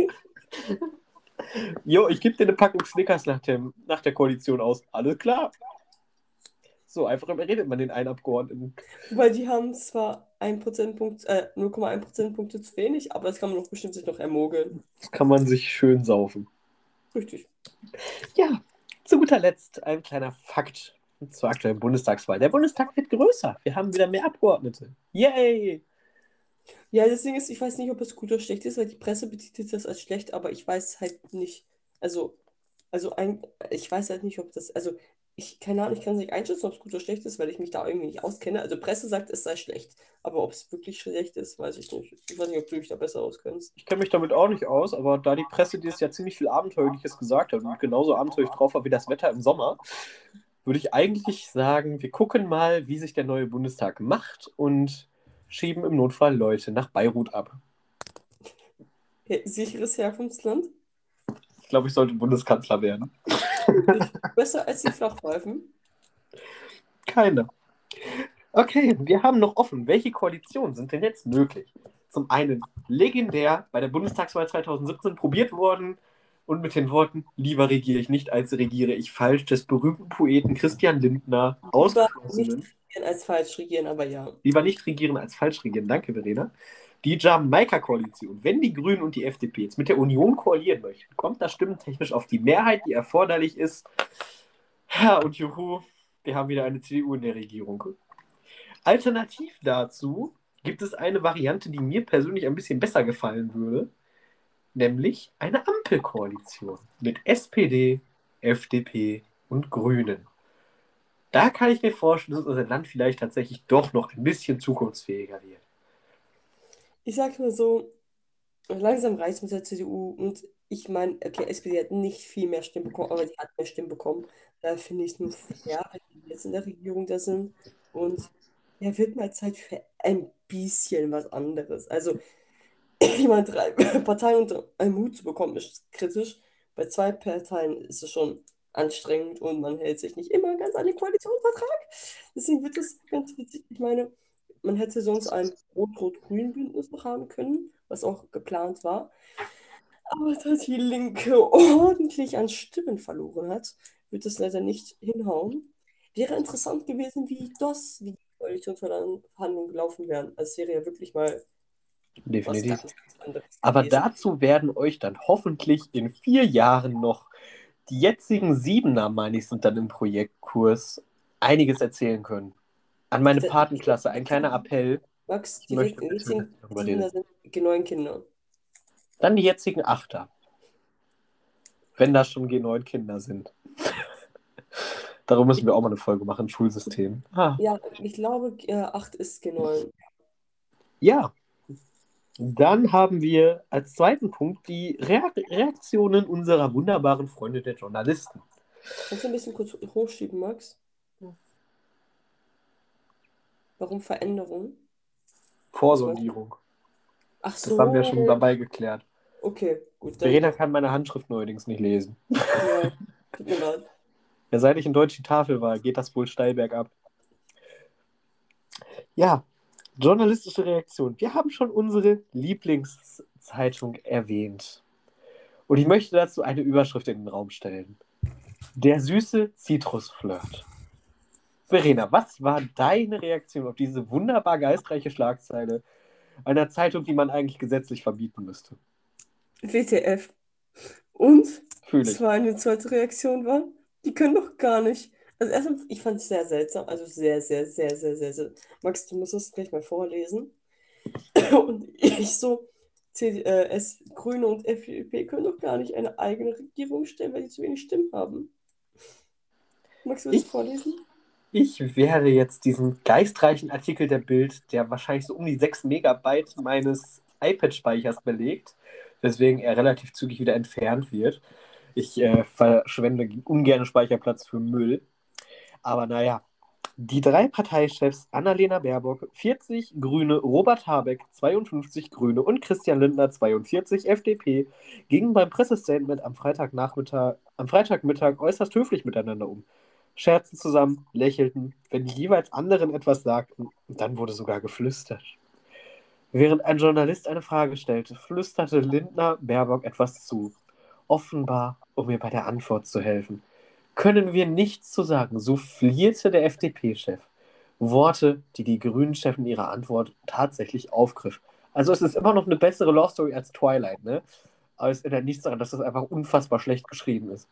Jo, ich gebe dir eine Packung Snickers nach, dem, nach der Koalition aus. Alles klar. So, einfach überredet man den einen Abgeordneten. Weil die haben zwar ein Prozentpunkt, äh, null Komma eins Prozentpunkte zu wenig, aber das kann man doch bestimmt sich noch ermogeln. Das kann man sich schön saufen. Richtig. Ja, zu guter Letzt ein kleiner Fakt zur aktuellen Bundestagswahl. Der Bundestag wird größer. Wir haben wieder mehr Abgeordnete. Yay! Ja, das Ding ist, ich weiß nicht, ob es gut oder schlecht ist, weil die Presse betitelt das als schlecht, aber ich weiß halt nicht, also, also ein, ich weiß halt nicht, ob das, also Ich, keine Ahnung, ich kann es nicht einschätzen, ob es gut oder schlecht ist, weil ich mich da irgendwie nicht auskenne. Also Presse sagt, es sei schlecht. Aber ob es wirklich schlecht ist, weiß ich nicht. Ich weiß nicht, ob du dich da besser auskennst. Ich kenne mich damit auch nicht aus, aber da die Presse dieses Jahr ziemlich viel Abenteuerliches gesagt hat und genauso abenteuerlich drauf war wie das Wetter im Sommer, würde ich eigentlich sagen, wir gucken mal, wie sich der neue Bundestag macht und schieben im Notfall Leute nach Beirut ab. Ja, sicheres Herkunftsland? Ich glaube, ich sollte Bundeskanzler werden. Wirklich besser als die Flachpfeifen? Keine. Okay, wir haben noch offen. Welche Koalitionen sind denn jetzt möglich? Zum einen legendär bei der Bundestagswahl zwanzig siebzehn probiert worden und mit den Worten, lieber regiere ich nicht, als regiere ich falsch, des berühmten Poeten Christian Lindner Lieber nicht ausgeschlossenen. regieren als falsch regieren, aber ja. Lieber nicht regieren als falsch regieren. Danke, Verena. Die Jamaika-Koalition. Wenn die Grünen und die F D P jetzt mit der Union koalieren möchten, kommt das stimmentechnisch auf die Mehrheit, die erforderlich ist. Ja, und juhu, wir haben wieder eine C D U in der Regierung. Alternativ dazu gibt es eine Variante, die mir persönlich ein bisschen besser gefallen würde, nämlich eine Ampelkoalition mit S P D, F D P und Grünen. Da kann ich mir vorstellen, dass unser Land vielleicht tatsächlich doch noch ein bisschen zukunftsfähiger wird. Ich sag mal so, langsam reicht es mit der C D U und ich meine, okay, S P D hat nicht viel mehr Stimmen bekommen, aber die hat mehr Stimmen bekommen. Da finde ich es nur fair, wenn die jetzt in der Regierung da sind. Und ja, wird mal Zeit für ein bisschen was anderes. Also, ich meine, drei Parteien unter einen Hut zu bekommen, ist kritisch. Bei zwei Parteien ist es schon anstrengend und man hält sich nicht immer ganz an den Koalitionsvertrag. Deswegen wird es ganz witzig. Ich meine, man hätte sonst ein Rot-Rot-Grün-Bündnis noch haben können, was auch geplant war. Aber da die Linke ordentlich an Stimmen verloren hat, wird es leider nicht hinhauen. Wäre interessant gewesen, wie das, wie die Koalitionsverhandlungen gelaufen wären. Also es wäre ja wirklich mal was Definitiv. ganz, ganz anderes Aber gewesen. dazu werden euch dann hoffentlich in vier Jahren noch die jetzigen Siebener, meine ich, sind dann im Projektkurs, einiges erzählen können. An meine Die, Patenklasse ein die, kleiner Appell. Max, Ich die möchte bitte, dass jetzigen wir darüber Siebener reden. sind die neuen Kinder. Dann die jetzigen Achter. Wenn das schon G neun Kinder sind. Darum müssen wir auch mal eine Folge machen, Schulsystem. Ah. Ja, ich glaube, äh, acht ist G neun. Ja, dann haben wir als zweiten Punkt die Rea- Reaktionen unserer wunderbaren Freunde der Journalisten. Kannst du ein bisschen kurz hochschieben, Max? Warum Veränderung? Was meinst du? Vorsondierung. Ach Das haben wir schon so. dabei geklärt. Okay, gut, dann Verena doch. kann meine Handschrift neuerdings nicht lesen. Ja, tut mir leid. Ja, seit ich in Deutsch die Tafel war, geht das wohl steil bergab. Ja, journalistische Reaktion. Wir haben schon unsere Lieblingszeitung erwähnt. Und ich möchte dazu eine Überschrift in den Raum stellen. Der süße Zitrusflirt. Verena, was war deine Reaktion auf diese wunderbar geistreiche Schlagzeile einer Zeitung, die man eigentlich gesetzlich verbieten müsste? W T F. Und Fühle ich. meine zweite Reaktion war, die können doch gar nicht. Also erstmal, ich fand es sehr seltsam, also sehr, sehr, sehr, sehr, sehr, sehr. Max, du musst es gleich mal vorlesen. Und ich so, C D, äh, S, Grüne und F D P können doch gar nicht eine eigene Regierung stellen, weil die zu wenig Stimmen haben. Max, willst Ich, du vorlesen? ich werde jetzt diesen geistreichen Artikel der Bild, der wahrscheinlich so um die sechs Megabyte meines iPad-Speichers belegt, weswegen er relativ zügig wieder entfernt wird. Ich äh, verschwende ungern Speicherplatz für Müll. Aber naja, die drei Parteichefs Annalena Baerbock, vierzig Grüne, Robert Habeck, zweiundfünfzig Grüne und Christian Lindner, zweiundvierzig F D P, gingen beim Pressestatement am Freitagnachmittag, am Freitagmittag äußerst höflich miteinander um. Scherzten zusammen, lächelten, wenn die jeweils anderen etwas sagten, und dann wurde sogar geflüstert. Während ein Journalist eine Frage stellte, flüsterte Lindner Baerbock etwas zu, offenbar, um ihr bei der Antwort zu helfen. Können wir nichts zu sagen, soufflierte der F D P-Chef. Worte, die die Grünen-Chef in ihrer Antwort tatsächlich aufgriff. Also es ist immer noch eine bessere Love Story als Twilight, ne? Aber es ändert nichts daran, dass das einfach unfassbar schlecht geschrieben ist.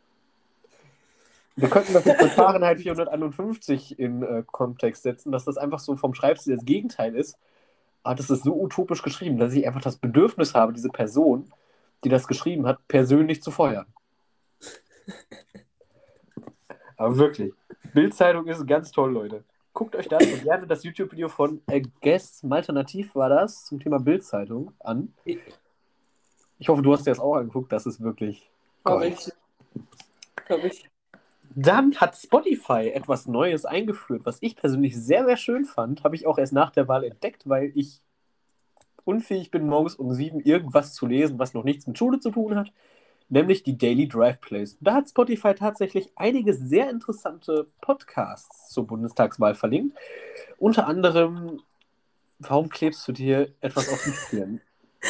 Wir könnten das jetzt mit Fahrenheit vierhunderteinundfünfzig in äh, Kontext setzen, dass das einfach so vom Schreibstil das Gegenteil ist. Aber das ist so utopisch geschrieben, dass ich einfach das Bedürfnis habe, diese Person, die das geschrieben hat, persönlich zu feuern. Aber wirklich, Bild-Zeitung ist ganz toll, Leute. Guckt euch dazu gerne das YouTube-Video von äh, Guess Alternativ war das zum Thema Bild-Zeitung an. Ich hoffe, du hast dir das auch angeguckt. Das ist wirklich Habe ich. Gold. Habe ich. Dann hat Spotify etwas Neues eingeführt, was ich persönlich sehr, sehr schön fand. Habe ich auch erst nach der Wahl entdeckt, weil ich unfähig bin, morgens um sieben irgendwas zu lesen, was noch nichts mit Schule zu tun hat. Nämlich die Daily Drive Plays. Da hat Spotify tatsächlich einige sehr interessante Podcasts zur Bundestagswahl verlinkt. Unter anderem, warum klebst du dir etwas auf die Stirn?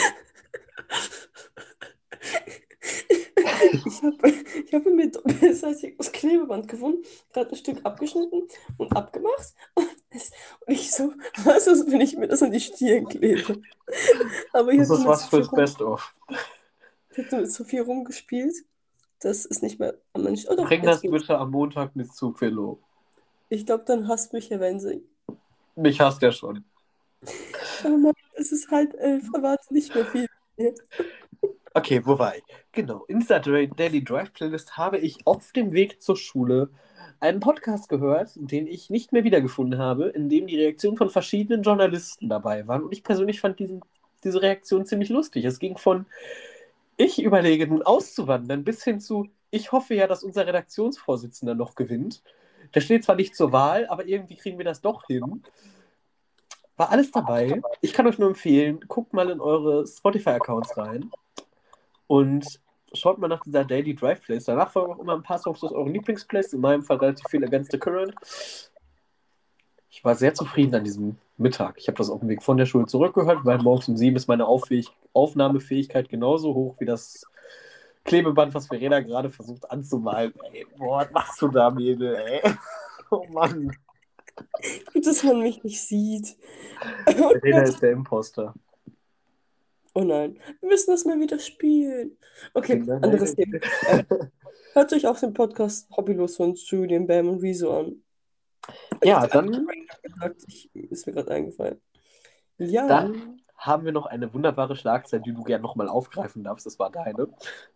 Ich habe ich hab mir das heißt, aus Klebeband gefunden, gerade ein Stück abgeschnitten und abgemacht. Und, es, und ich so, was ist, wenn ich mir das an die Stirn klebe? Aber ich Das habe ist mit was so viel fürs rum, Best-of. ich hab damit so viel rumgespielt, das ist nicht mehr an meinen Stirn. Oh doch, Bring jetzt das geht's. bitte am Montag mit zu Philo. Ich glaube, dann hasst mich Herr Wensing. Mich hasst er schon. Aber Mann, es ist halb elf, erwarte nicht mehr viel. Okay, wo war ich? Genau, in dieser Dra- Daily Drive Playlist habe ich auf dem Weg zur Schule einen Podcast gehört, den ich nicht mehr wiedergefunden habe, in dem die Reaktionen von verschiedenen Journalisten dabei waren. Und ich persönlich fand diesen, diese Reaktion ziemlich lustig. Es ging von, ich überlege nun auszuwandern, bis hin zu, ich hoffe ja, dass unser Redaktionsvorsitzender noch gewinnt. Der steht zwar nicht zur Wahl, aber irgendwie kriegen wir das doch hin. War alles dabei. Ich kann euch nur empfehlen, guckt mal in eure Spotify-Accounts rein und schaut mal nach dieser Daily Drive Playlist. Danach folgen auch immer ein paar Songs aus euren Lieblingsplays. In meinem Fall relativ viel Against the Current. Ich war sehr zufrieden an diesem Mittag. Ich habe das auf dem Weg von der Schule zurückgehört, weil morgens um sieben ist meine Auffähig Aufnahmefähigkeit genauso hoch wie das Klebeband, was Verena gerade versucht anzumalen. Ey, boah, was machst du da, Mädel, ey? Oh Mann. Gut, dass man mich nicht sieht. Verena ist der Imposter. Oh nein, wir müssen das mal wieder spielen. Okay, Nein, anderes nein, Thema. Äh, hört euch auch den Podcast Hobbylos von Julian Bam und Rezo an. Ja, Ich hab dann, gesagt, ich, ist mir gerade eingefallen. Ja, dann haben wir noch eine wunderbare Schlagzeile, die du gerne nochmal aufgreifen darfst. Das war deine.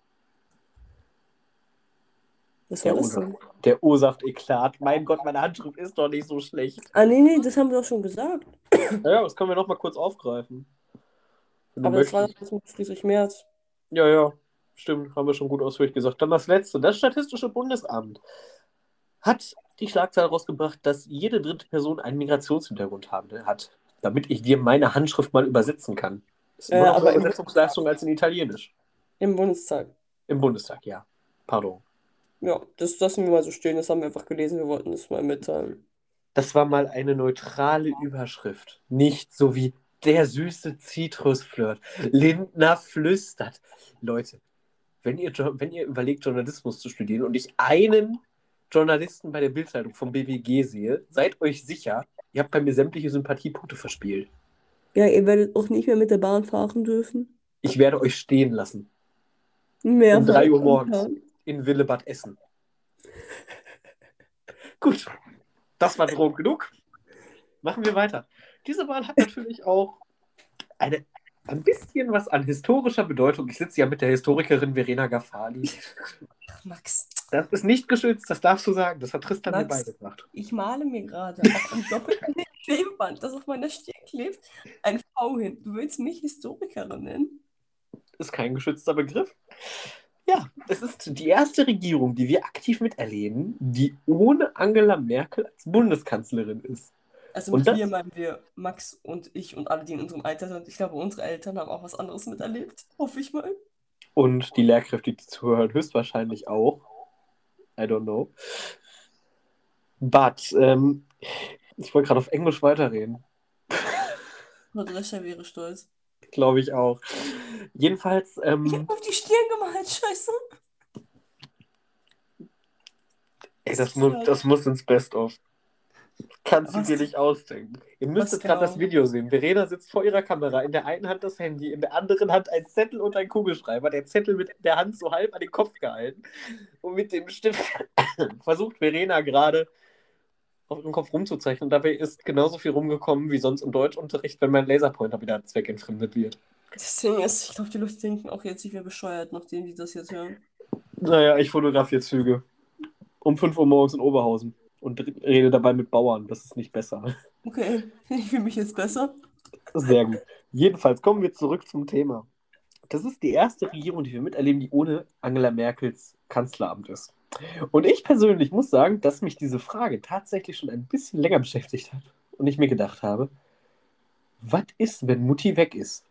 was war Der das denn? O-Saft. Der O-Saft-Eklat. Mein Gott, meine Handschrift ist doch nicht so schlecht. Ah, nee, nee, das haben wir doch schon gesagt. Ja, das können wir nochmal kurz aufgreifen. Wenn du Aber das war möchtest. das mit Friedrich Merz. Ja, ja, stimmt, haben wir schon gut ausführlich gesagt. Dann das letzte. Das Statistische Bundesamt hat die Schlagzeile rausgebracht, dass jede dritte Person einen Migrationshintergrund haben, hat. Damit ich dir meine Handschrift mal übersetzen kann. Ist immer Äh, noch aber mehr im, Übersetzungsleistung als in Italienisch. im Bundestag. Im Bundestag, ja. Pardon. Ja, das lassen wir mal so stehen. Das haben wir einfach gelesen. Wir wollten das mal mitteilen. Das war mal eine neutrale Überschrift. Nicht so wie der süße Zitrusflirt. Lindner flüstert. Leute, wenn ihr, Jo- wenn ihr überlegt, Journalismus zu studieren und ich einen Journalisten bei der Bild-Zeitung vom B W G sehe, seid euch sicher, ihr habt bei mir sämtliche Sympathiepunkte verspielt. Ja, ihr werdet auch nicht mehr mit der Bahn fahren dürfen. Ich werde euch stehen lassen. Um Mehrfach drei Uhr am morgens Tag. in Willebad Essen. Gut, das war Drohung genug. Machen wir weiter. Diese Wahl hat natürlich auch eine, ein bisschen was an historischer Bedeutung. Ich sitze ja mit der Historikerin Verena Gaffali. Ach, Max, Das ist nicht geschützt, das darfst du sagen. Das hat Tristan mir Max, beigebracht. ich male mir gerade auf einem doppelten Klebeband, das auf meiner Stirn klebt, ein V hin. Du willst mich Historikerin nennen? Ist kein geschützter Begriff. Ja, es ist die erste Regierung, die wir aktiv miterleben, die ohne Angela Merkel als Bundeskanzlerin ist. Also Und mit das- wir meinen wir Max und ich und alle, die in unserem Alter sind. Ich glaube, unsere Eltern haben auch was anderes miterlebt. Hoffe ich mal. Und die Lehrkräfte, die zuhören, höchstwahrscheinlich auch. I don't know. But, ähm, ich wollte gerade auf Englisch weiterreden. Drescher wäre stolz. Glaube ich auch. Jedenfalls, Ich ähm, habe auf die Stirn gemalt, scheiße. ey, das muss, das muss ins Best-of. Kannst du Was? dir nicht ausdenken. Ihr müsstet Was gerade das genau? Video sehen. Verena sitzt vor ihrer Kamera, in der einen Hand das Handy, in der anderen Hand ein Zettel und ein Kugelschreiber. Der Zettel mit der Hand so halb an den Kopf gehalten. Und mit dem Stift versucht Verena gerade auf ihrem Kopf rumzuzeichnen. Dabei ist genauso viel rumgekommen wie sonst im Deutschunterricht, wenn mein Laserpointer wieder zweckentfremdet wird. Das Ding ist, ich glaube, die Leute denken auch jetzt, ich wäre bescheuert, nachdem die das jetzt hören. Naja, ich fotografiere Züge. um fünf Uhr morgens in Oberhausen und rede dabei mit Bauern. Das ist nicht besser. Okay, ich fühle mich jetzt besser. Sehr gut. Jedenfalls kommen wir zurück zum Thema. Das ist die erste Regierung, die wir miterleben, die ohne Angela Merkels Kanzleramt ist. Und ich persönlich muss sagen, dass mich diese Frage tatsächlich schon ein bisschen länger beschäftigt hat. Und ich mir gedacht habe, was ist, wenn Mutti weg ist?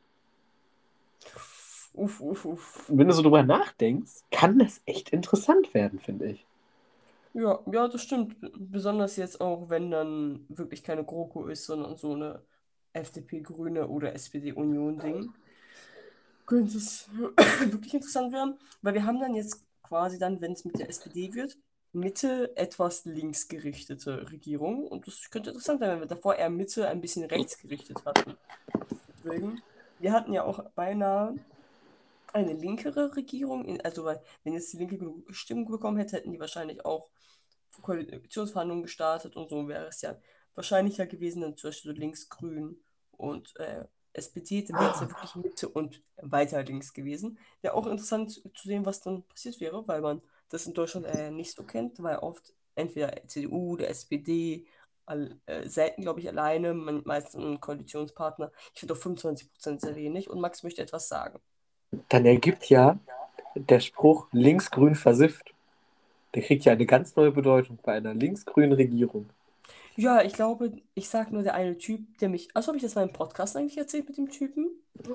Uff, uff, uff. Und wenn du so drüber nachdenkst, kann das echt interessant werden, finde ich. Ja, ja, das stimmt. Besonders jetzt auch, wenn dann wirklich keine GroKo ist, sondern so eine F D P, Grüne oder S P D-Union-Ding. Könnte es wirklich interessant werden, weil wir haben dann jetzt quasi dann, wenn es mit der S P D wird, Mitte etwas linksgerichtete Regierung und das könnte interessant sein, wenn wir davor eher Mitte ein bisschen rechtsgerichtet hatten. Deswegen, wir hatten ja auch beinahe eine linkere Regierung, in, also weil, wenn jetzt die Linke genug Stimmen bekommen hätte, hätten die wahrscheinlich auch Koalitionsverhandlungen gestartet und so wäre es ja wahrscheinlicher gewesen, dann zum Beispiel so links-grün und äh, S P D, dann wäre es ja wirklich Mitte und weiter links gewesen. Wäre auch interessant zu sehen, was dann passiert wäre, weil man das in Deutschland äh, nicht so kennt, weil oft entweder C D U oder S P D, all, äh, selten, glaube ich, alleine, man, meistens ein Koalitionspartner. Ich finde auch fünfundzwanzig Prozent sehr wenig und Max möchte etwas sagen. Dann ergibt ja der Spruch linksgrün versifft. Der kriegt ja eine ganz neue Bedeutung bei einer linksgrünen Regierung. Ja, ich glaube, ich sag nur der eine Typ, der mich. Also habe ich das mal im Podcast eigentlich erzählt mit dem Typen?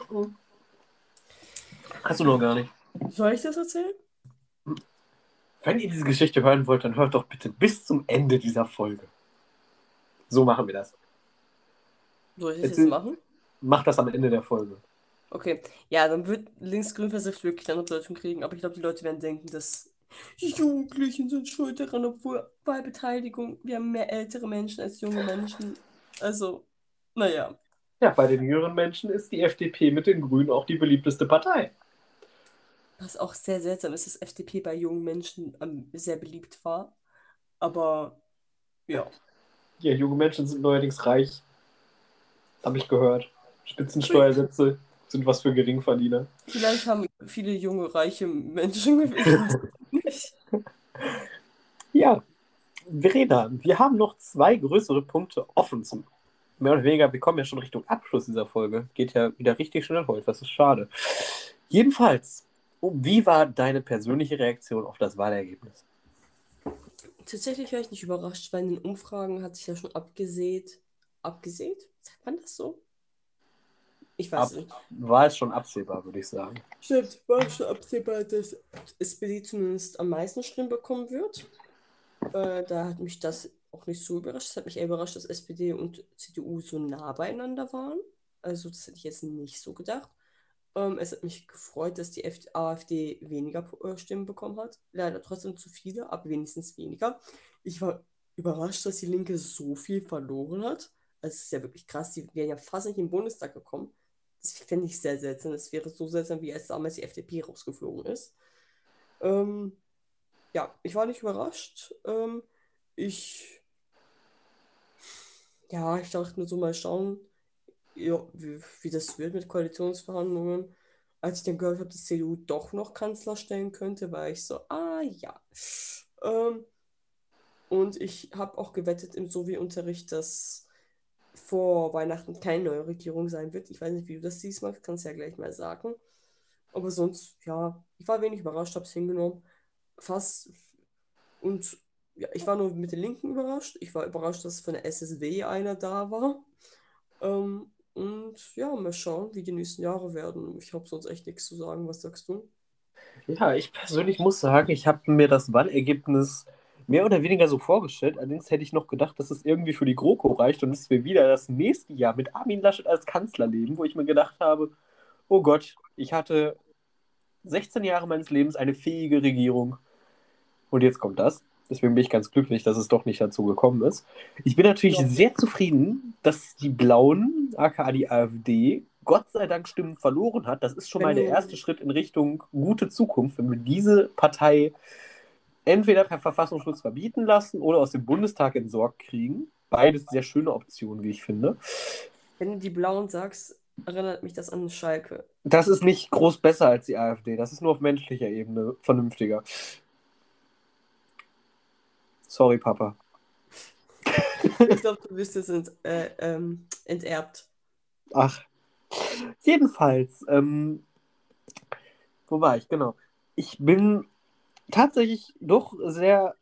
Hast du noch gar nicht. Soll ich das erzählen? Wenn ihr diese Geschichte hören wollt, dann hört doch bitte bis zum Ende dieser Folge. So machen wir das. Soll ich das jetzt Erzähl, machen? mach das am Ende der Folge. Okay. Ja, dann wird linksgrün versifft wirklich eine Bedeutung kriegen, aber ich glaube, die Leute werden denken, dass die Jugendlichen sind schuld daran, obwohl Wahlbeteiligung, wir haben mehr ältere Menschen als junge Menschen. Also, naja. Ja, bei den jüngeren Menschen ist die F D P mit den Grünen auch die beliebteste Partei. Was auch sehr seltsam ist, dass F D P bei jungen Menschen ähm, sehr beliebt war. Aber ja. Ja, junge Menschen sind neuerdings reich, habe ich gehört. Spitzensteuersätze sind was für Geringverdiener. Vielleicht haben viele junge, reiche Menschen, ich weiß nicht. Ja, Verena, wir haben noch zwei größere Punkte offen. Zum, mehr oder weniger, wir kommen ja schon Richtung Abschluss dieser Folge. Geht ja wieder richtig schnell heute, das ist schade. Jedenfalls, wie war deine persönliche Reaktion auf das Wahlergebnis? Tatsächlich war ich nicht überrascht, weil in den Umfragen hat sich ja schon abgesät. Abgesät? Sagt man das so? Ich weiß Ab, es nicht. war es schon absehbar, würde ich sagen. Stimmt, war schon absehbar, dass S P D zumindest am meisten Stimmen bekommen wird. Äh, da hat mich das auch nicht so überrascht. Es hat mich eher überrascht, dass S P D und C D U so nah beieinander waren. Also das hätte ich jetzt nicht so gedacht. Ähm, es hat mich gefreut, dass die F AfD weniger äh, Stimmen bekommen hat. Leider trotzdem zu viele, aber wenigstens weniger. Ich war überrascht, dass die Linke so viel verloren hat. Also es ist ja wirklich krass. Die wären ja fast nicht in den Bundestag gekommen. Das fände ich sehr seltsam. Das wäre so seltsam, wie als damals die F D P rausgeflogen ist. Ähm, ja, ich war nicht überrascht. Ähm, ich, ja, ich dachte nur so mal schauen, ja, wie, wie das wird mit Koalitionsverhandlungen. Als ich dann gehört habe, dass C D U doch noch Kanzler stellen könnte, war ich so, ah ja. Ähm, und ich habe auch gewettet im Sowie-Unterricht, dass vor Weihnachten keine neue Regierung sein wird. Ich weiß nicht, wie du das siehst, Max, kannst du ja gleich mal sagen. Aber sonst, ja, ich war wenig überrascht, habe es hingenommen. Fast. Und ja, ich war nur mit den Linken überrascht. Ich war überrascht, dass von der S S W einer da war. Ähm, und ja, mal schauen, wie die nächsten Jahre werden. Ich habe sonst echt nichts zu sagen. Was sagst du? Ja, ich persönlich muss sagen, ich habe mir das Wahlergebnis mehr oder weniger so vorgestellt. Allerdings hätte ich noch gedacht, dass es irgendwie für die GroKo reicht und dass wir wieder das nächste Jahr mit Armin Laschet als Kanzler leben, wo ich mir gedacht habe, oh Gott, ich hatte sechzehn Jahre meines Lebens eine fähige Regierung und jetzt kommt das. Deswegen bin ich ganz glücklich, dass es doch nicht dazu gekommen ist. Ich bin natürlich Ja. sehr zufrieden, dass die Blauen, aka die AfD, Gott sei Dank Stimmen verloren hat. Das ist schon mal der erste Wenn, Schritt in Richtung gute Zukunft, wenn wir diese Partei entweder per Verfassungsschutz verbieten lassen oder aus dem Bundestag entsorgt kriegen. Beides sehr schöne Optionen, wie ich finde. wenn du die Blauen sagst, erinnert mich das an Schalke. Das ist nicht groß besser als die AfD. Das ist nur auf menschlicher Ebene vernünftiger. Sorry, Papa. Ich glaube, du wirst jetzt ent, äh, ähm, enterbt. Ach, jedenfalls, ähm, wo war ich? Genau. Ich bin tatsächlich doch sehr,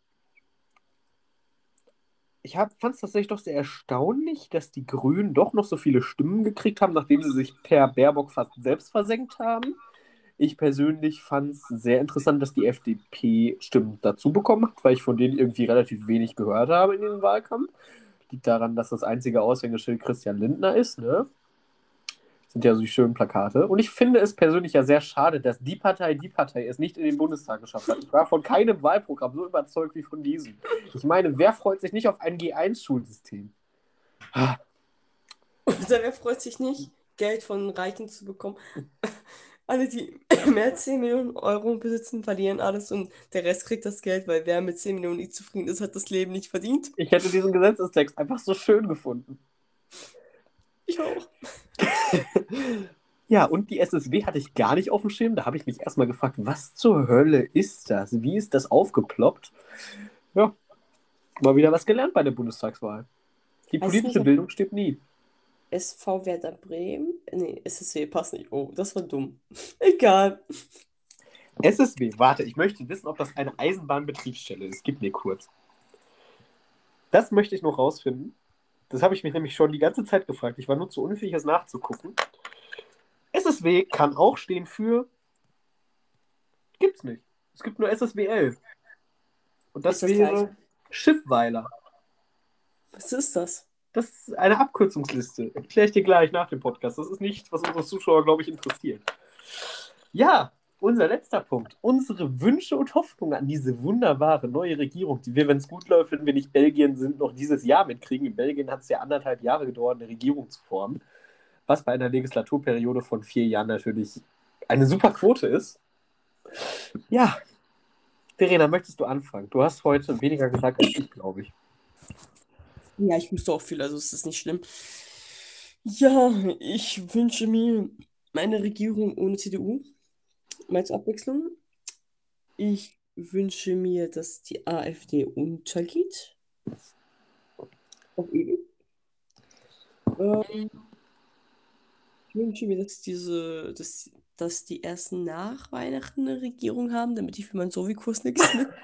ich fand es tatsächlich doch sehr erstaunlich, dass die Grünen doch noch so viele Stimmen gekriegt haben, nachdem sie sich per Baerbock fast selbst versenkt haben. Ich persönlich fand es sehr interessant, dass die F D P Stimmen dazu bekommen hat, weil ich von denen irgendwie relativ wenig gehört habe in diesem Wahlkampf. Liegt daran, dass das einzige Aushängeschild Christian Lindner ist, ne? Sind ja so die schönen Plakate. Und ich finde es persönlich ja sehr schade, dass die Partei, die Partei es nicht in den Bundestag geschafft hat. Ich war von keinem Wahlprogramm so überzeugt wie von diesem. Ich meine, wer freut sich nicht auf ein G eins Schulsystem? Und wer freut sich nicht, Geld von Reichen zu bekommen? Alle, die mehr als zehn Millionen Euro besitzen, verlieren alles und der Rest kriegt das Geld, weil wer mit zehn Millionen nicht zufrieden ist, hat das Leben nicht verdient. Ich hätte diesen Gesetzestext einfach so schön gefunden. Ich auch. Ja, und die S S W hatte ich gar nicht auf dem Schirm. Da habe ich mich erstmal gefragt, was zur Hölle ist das? Wie ist das aufgeploppt? Ja, mal wieder was gelernt bei der Bundestagswahl. Die Weiß ich politische nicht, ob Bildung stirbt nie. S V Werder Bremen. Nee, S S W passt nicht. Oh, das war dumm. Egal. S S W, warte, ich möchte wissen, ob das eine Eisenbahnbetriebsstelle ist. Gib mir kurz. Das möchte ich noch rausfinden. Das habe ich mich nämlich schon die ganze Zeit gefragt. Ich war nur zu unfähig, das nachzugucken. S S W kann auch stehen für. Gibt's nicht. Es gibt nur S S W L. Und das Ist das gleich? wäre Schiffweiler. Was ist das? Das ist eine Abkürzungsliste. Erkläre ich dir gleich nach dem Podcast. Das ist nichts, was unsere Zuschauer, glaube ich, interessiert. Ja, unser letzter Punkt. Unsere Wünsche und Hoffnungen an diese wunderbare neue Regierung, die wir, wenn es gut läuft, wenn wir nicht Belgien sind, noch dieses Jahr mitkriegen. In Belgien hat es ja anderthalb Jahre gedauert, eine Regierung zu formen. Was bei einer Legislaturperiode von vier Jahren natürlich eine super Quote ist. Ja, Verena, möchtest du anfangen? Du hast heute weniger gesagt als ich, glaube ich. Ja, ich wüsste auch viel, also es ist nicht schlimm. Ja, ich wünsche mir meine Regierung ohne C D U, mal zur Abwechslung. Ich wünsche mir, dass die AfD untergeht. Auf ewig. Ähm, ich wünsche mir, dass diese, dass, dass die ersten nach Weihnachten eine Regierung haben, damit ich für meinen Sovi-Kurs nichts mit.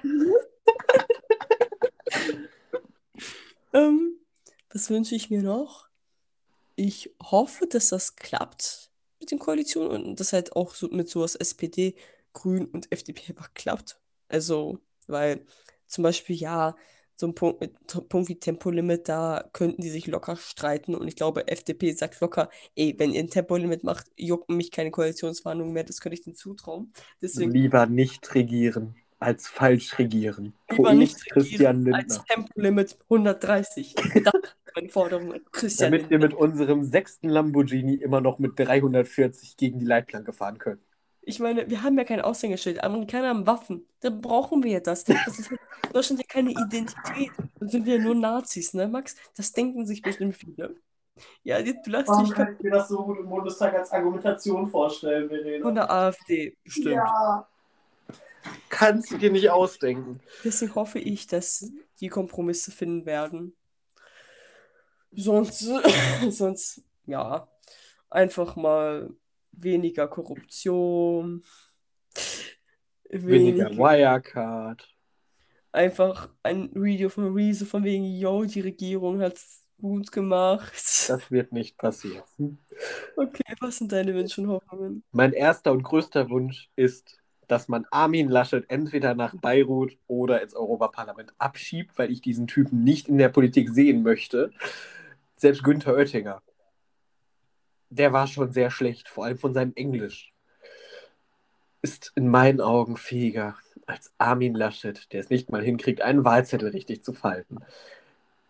Ähm, was wünsche ich mir noch? Ich hoffe, dass das klappt mit den Koalitionen und dass halt auch so mit sowas S P D, Grün und F D P einfach klappt. Also, weil zum Beispiel, ja, so ein Punkt, mit, Punkt wie Tempolimit, da könnten die sich locker streiten und ich glaube, F D P sagt locker, ey, wenn ihr ein Tempolimit macht, jucken mich keine Koalitionsverhandlungen mehr, das könnte ich denen zutrauen. Deswegen Lieber nicht regieren als falsch regieren. lieber Poet nicht regieren Christian als Lindner. Tempolimit hundertdreißig. Das ist meine Forderung an Christian Damit wir Lindner. mit unserem sechsten Lamborghini immer noch mit dreihundertvierzig gegen die Leitplanke fahren können. Ich meine, wir haben ja kein Aushängeschild. Amerikaner haben Waffen. Da brauchen wir ja das. Das ist Deutschland ja keine Identität. Dann sind wir ja nur Nazis, ne, Max? Das denken sich bestimmt viele. Ja, du lachst dich Warum kann ich kaputt mir das so gut im Bundestag als Argumentation vorstellen, von Verena? der AfD, bestimmt. Ja. Kannst du dir nicht ausdenken. Deswegen hoffe ich, dass die Kompromisse finden werden. Sonst, sonst, ja, einfach mal weniger Korruption, Weniger wenig, Wirecard. einfach ein Video von Rezo von wegen, yo, die Regierung hat's gut gemacht. Das wird nicht passieren. Okay, was sind deine Wünsche und Hoffnungen? Mein erster und größter Wunsch ist, dass man Armin Laschet entweder nach Beirut oder ins Europaparlament abschiebt, weil ich diesen Typen nicht in der Politik sehen möchte. Selbst Günther Oettinger, der war schon sehr schlecht, vor allem von seinem Englisch. Ist in meinen Augen fähiger als Armin Laschet, der es nicht mal hinkriegt, einen Wahlzettel richtig zu falten.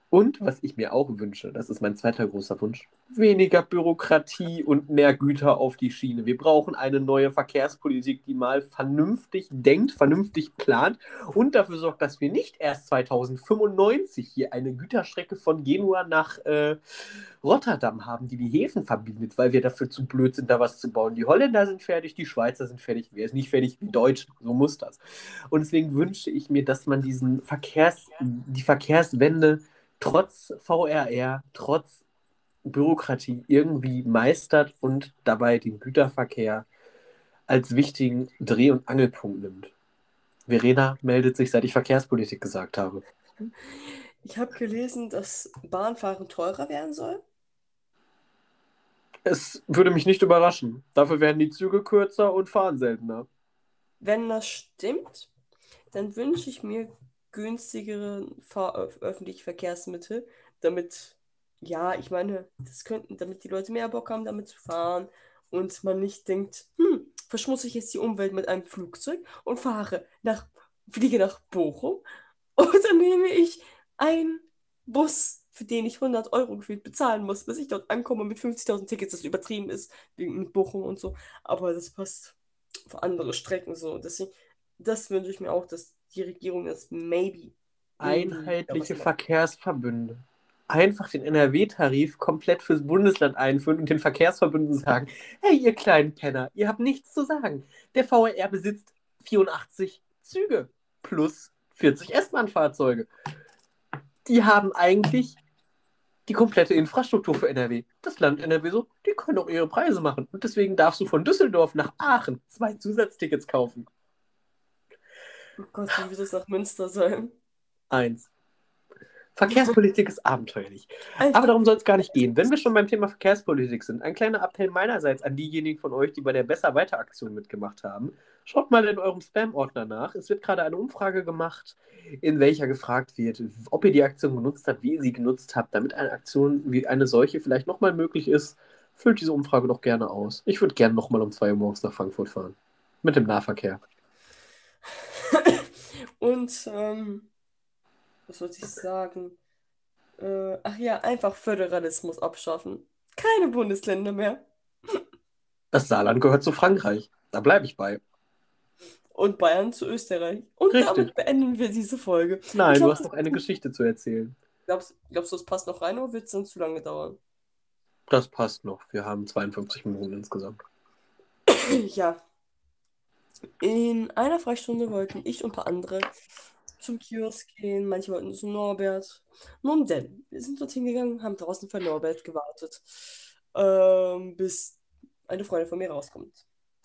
Und was ich mir auch wünsche, das ist mein zweiter großer Wunsch, weniger Bürokratie und mehr Güter auf die Schiene. Wir brauchen eine neue Verkehrspolitik, die mal vernünftig denkt, vernünftig plant und dafür sorgt, dass wir nicht erst zweitausendfünfundneunzig hier eine Güterstrecke von Genua nach äh, Rotterdam haben, die die Häfen verbindet, weil wir dafür zu blöd sind, da was zu bauen. Die Holländer sind fertig, die Schweizer sind fertig, wer ist nicht fertig, die Deutschen. So muss das. Und deswegen wünsche ich mir, dass man diesen Verkehrs, die Verkehrswende trotz V R R, trotz Bürokratie irgendwie meistert und dabei den Güterverkehr als wichtigen Dreh- und Angelpunkt nimmt. Verena meldet sich, seit ich Verkehrspolitik gesagt habe. Ich habe gelesen, dass Bahnfahren teurer werden soll. Es würde mich nicht überraschen. Dafür werden die Züge kürzer und fahren seltener. Wenn das stimmt, dann wünsche ich mir günstigere Fahr öf- öffentliche Verkehrsmittel, damit, ja, ich meine, das könnten, damit die Leute mehr Bock haben, damit zu fahren und man nicht denkt, hm, verschmutze ich jetzt die Umwelt mit einem Flugzeug und fahre nach, fliege nach Bochum oder nehme ich einen Bus, für den ich hundert Euro gefühlt bezahlen muss, bis ich dort ankomme mit fünfzigtausend Tickets, das übertrieben ist, wegen mit Bochum und so, aber das passt für andere Strecken so. Deswegen, das wünsche ich mir auch, dass die Regierung das maybe irgendwie da was Einheitliche macht. Verkehrsverbünde. Einfach den N R W-Tarif komplett fürs Bundesland einführen und den Verkehrsverbünden sagen: Hey, ihr kleinen Penner, ihr habt nichts zu sagen. Der V R R besitzt vierundachtzig Züge plus vierzig S-Bahn-Fahrzeuge. Die haben eigentlich die komplette Infrastruktur für N R W. Das Land N R W so, die können auch ihre Preise machen. Und deswegen darfst du von Düsseldorf nach Aachen zwei Zusatztickets kaufen. Oh Gott, wie wird das nach Münster sein? Eins. Verkehrspolitik ist abenteuerlich. Aber Einfach. darum soll es gar nicht gehen. Wenn wir schon beim Thema Verkehrspolitik sind, ein kleiner Appell meinerseits an diejenigen von euch, die bei der Besser-Weiter-Aktion mitgemacht haben. Schaut mal in eurem Spam-Ordner nach. Es wird gerade eine Umfrage gemacht, in welcher gefragt wird, ob ihr die Aktion genutzt habt, wie ihr sie genutzt habt, damit eine Aktion wie eine solche vielleicht nochmal möglich ist. Füllt diese Umfrage doch gerne aus. Ich würde gerne nochmal um zwei Uhr morgens nach Frankfurt fahren. Mit dem Nahverkehr. Und, ähm, was sollte ich sagen? Äh, ach ja, einfach Föderalismus abschaffen. Keine Bundesländer mehr. Das Saarland gehört zu Frankreich. Da bleibe ich bei. Und Bayern zu Österreich. Und Richtig. damit beenden wir diese Folge. Ich Nein, du glaube, hast das noch eine Geschichte zu erzählen. glaubst, glaubst du, es passt noch rein oder wird es dann zu lange dauern? Das passt noch. Wir haben zweiundfünfzig Minuten insgesamt. Ja, in einer Freistunde wollten ich und ein paar andere zum Kiosk gehen. Manche wollten zu Norbert. Nun denn, wir sind dorthin gegangen, haben draußen für Norbert gewartet, ähm, bis eine Freundin von mir rauskommt.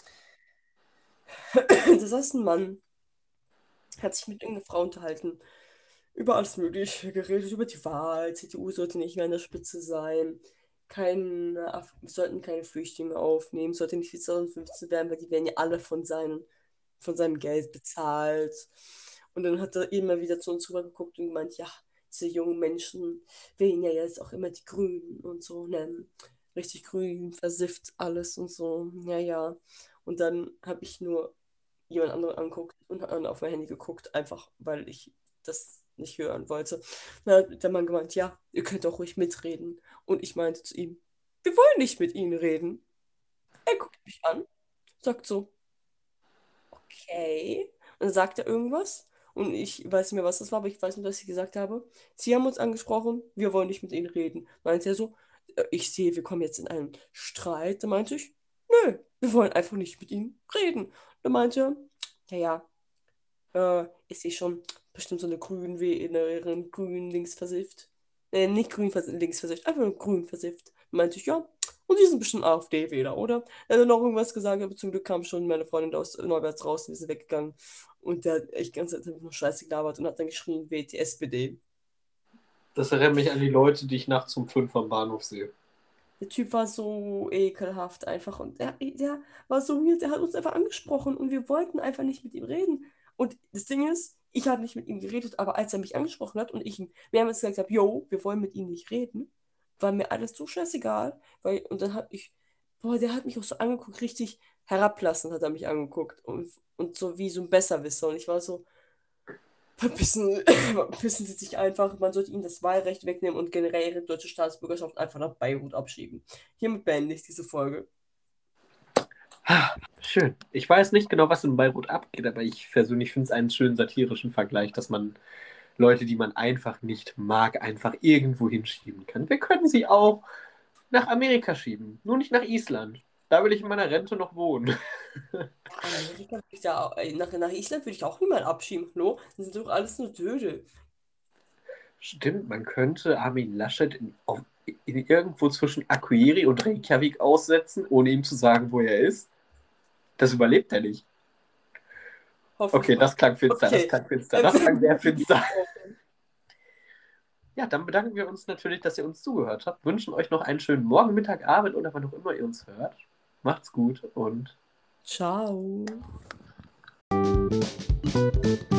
Das heißt, ein Mann hat sich mit irgendeiner Frau unterhalten, über alles Mögliche geredet, über die Wahl. C D U sollte nicht mehr an der Spitze sein. Keine, Af- wir sollten keine Flüchtlinge aufnehmen, sollte nicht wie zwanzig fünfzehn werden, weil die werden ja alle von seinen, von seinem Geld bezahlt. Und dann hat er immer wieder zu uns rübergeguckt und gemeint, ja, diese jungen Menschen wählen ja jetzt auch immer die Grünen und so, ne? Richtig grün, versifft alles und so. Ja, ja. Und dann habe ich nur jemand anderen anguckt und dann auf mein Handy geguckt, einfach weil ich das nicht hören wollte. Dann hat der Mann gemeint, ja, ihr könnt auch ruhig mitreden. Und ich meinte zu ihm, wir wollen nicht mit Ihnen reden. Er guckt mich an, sagt so, okay. Und dann sagt er irgendwas. Und ich weiß nicht mehr, was das war, aber ich weiß nur, dass ich gesagt habe, Sie haben uns angesprochen, wir wollen nicht mit Ihnen reden. Meinte er so, "Äh, ich sehe, wir kommen jetzt in einen Streit. Da meinte ich, nö, wir wollen einfach nicht mit Ihnen reden. Da meinte er, ja, ja, äh, ich sehe schon bestimmt so eine Grün-Wählerin, grün links versifft. Äh, nicht grün vers links versifft, einfach nur grün versifft. Meinte ich, ja. Und die sind bestimmt AfD-Wähler, oder? Er hat dann noch irgendwas gesagt, aber zum Glück kam schon meine Freundin aus Neuberts raus, wir sind weggegangen. Und der hat echt die ganze Zeit nur Scheiße gelabert und hat dann geschrien, wählt die S P D. Das erinnert mich an die Leute, die ich nachts um fünf am Bahnhof sehe. Der Typ war so ekelhaft einfach und der, der war so weird, der hat uns einfach angesprochen und wir wollten einfach nicht mit ihm reden. Und das Ding ist, ich habe nicht mit ihm geredet, aber als er mich angesprochen hat und ich ihm mehrmals gesagt habe, yo, wir wollen mit ihm nicht reden, war mir alles so scheißegal, weil, und dann hat ich, boah, der hat mich auch so angeguckt, richtig herablassend hat er mich angeguckt und, und so wie so ein Besserwisser und ich war so, Verpissen, verpissen Sie sich einfach. Man sollte ihnen das Wahlrecht wegnehmen und generell ihre deutsche Staatsbürgerschaft einfach nach Beirut abschieben. Hiermit beende ich diese Folge. Ah, schön. Ich weiß nicht genau, was in Beirut abgeht, aber ich persönlich finde es einen schönen satirischen Vergleich, dass man Leute, die man einfach nicht mag, einfach irgendwo hinschieben kann. Wir können sie auch nach Amerika schieben, nur nicht nach Island. Da will ich in meiner Rente noch wohnen. Ja, Amerika würde ich da auch, äh, nach, nach Island würde ich auch niemand abschieben. Hallo? Das sind doch alles nur Dödel. Stimmt, man könnte Armin Laschet in, auf, in irgendwo zwischen Akureyri und Reykjavik aussetzen, ohne ihm zu sagen, wo er ist. Das überlebt er nicht. Okay, Hoffentlich. das klang finster, das Okay. klang finster, das klang sehr finster. Ja, dann bedanken wir uns natürlich, dass ihr uns zugehört habt. Wünschen euch noch einen schönen Morgen, Mittag, Abend oder wann auch immer ihr uns hört. Macht's gut und Ciao.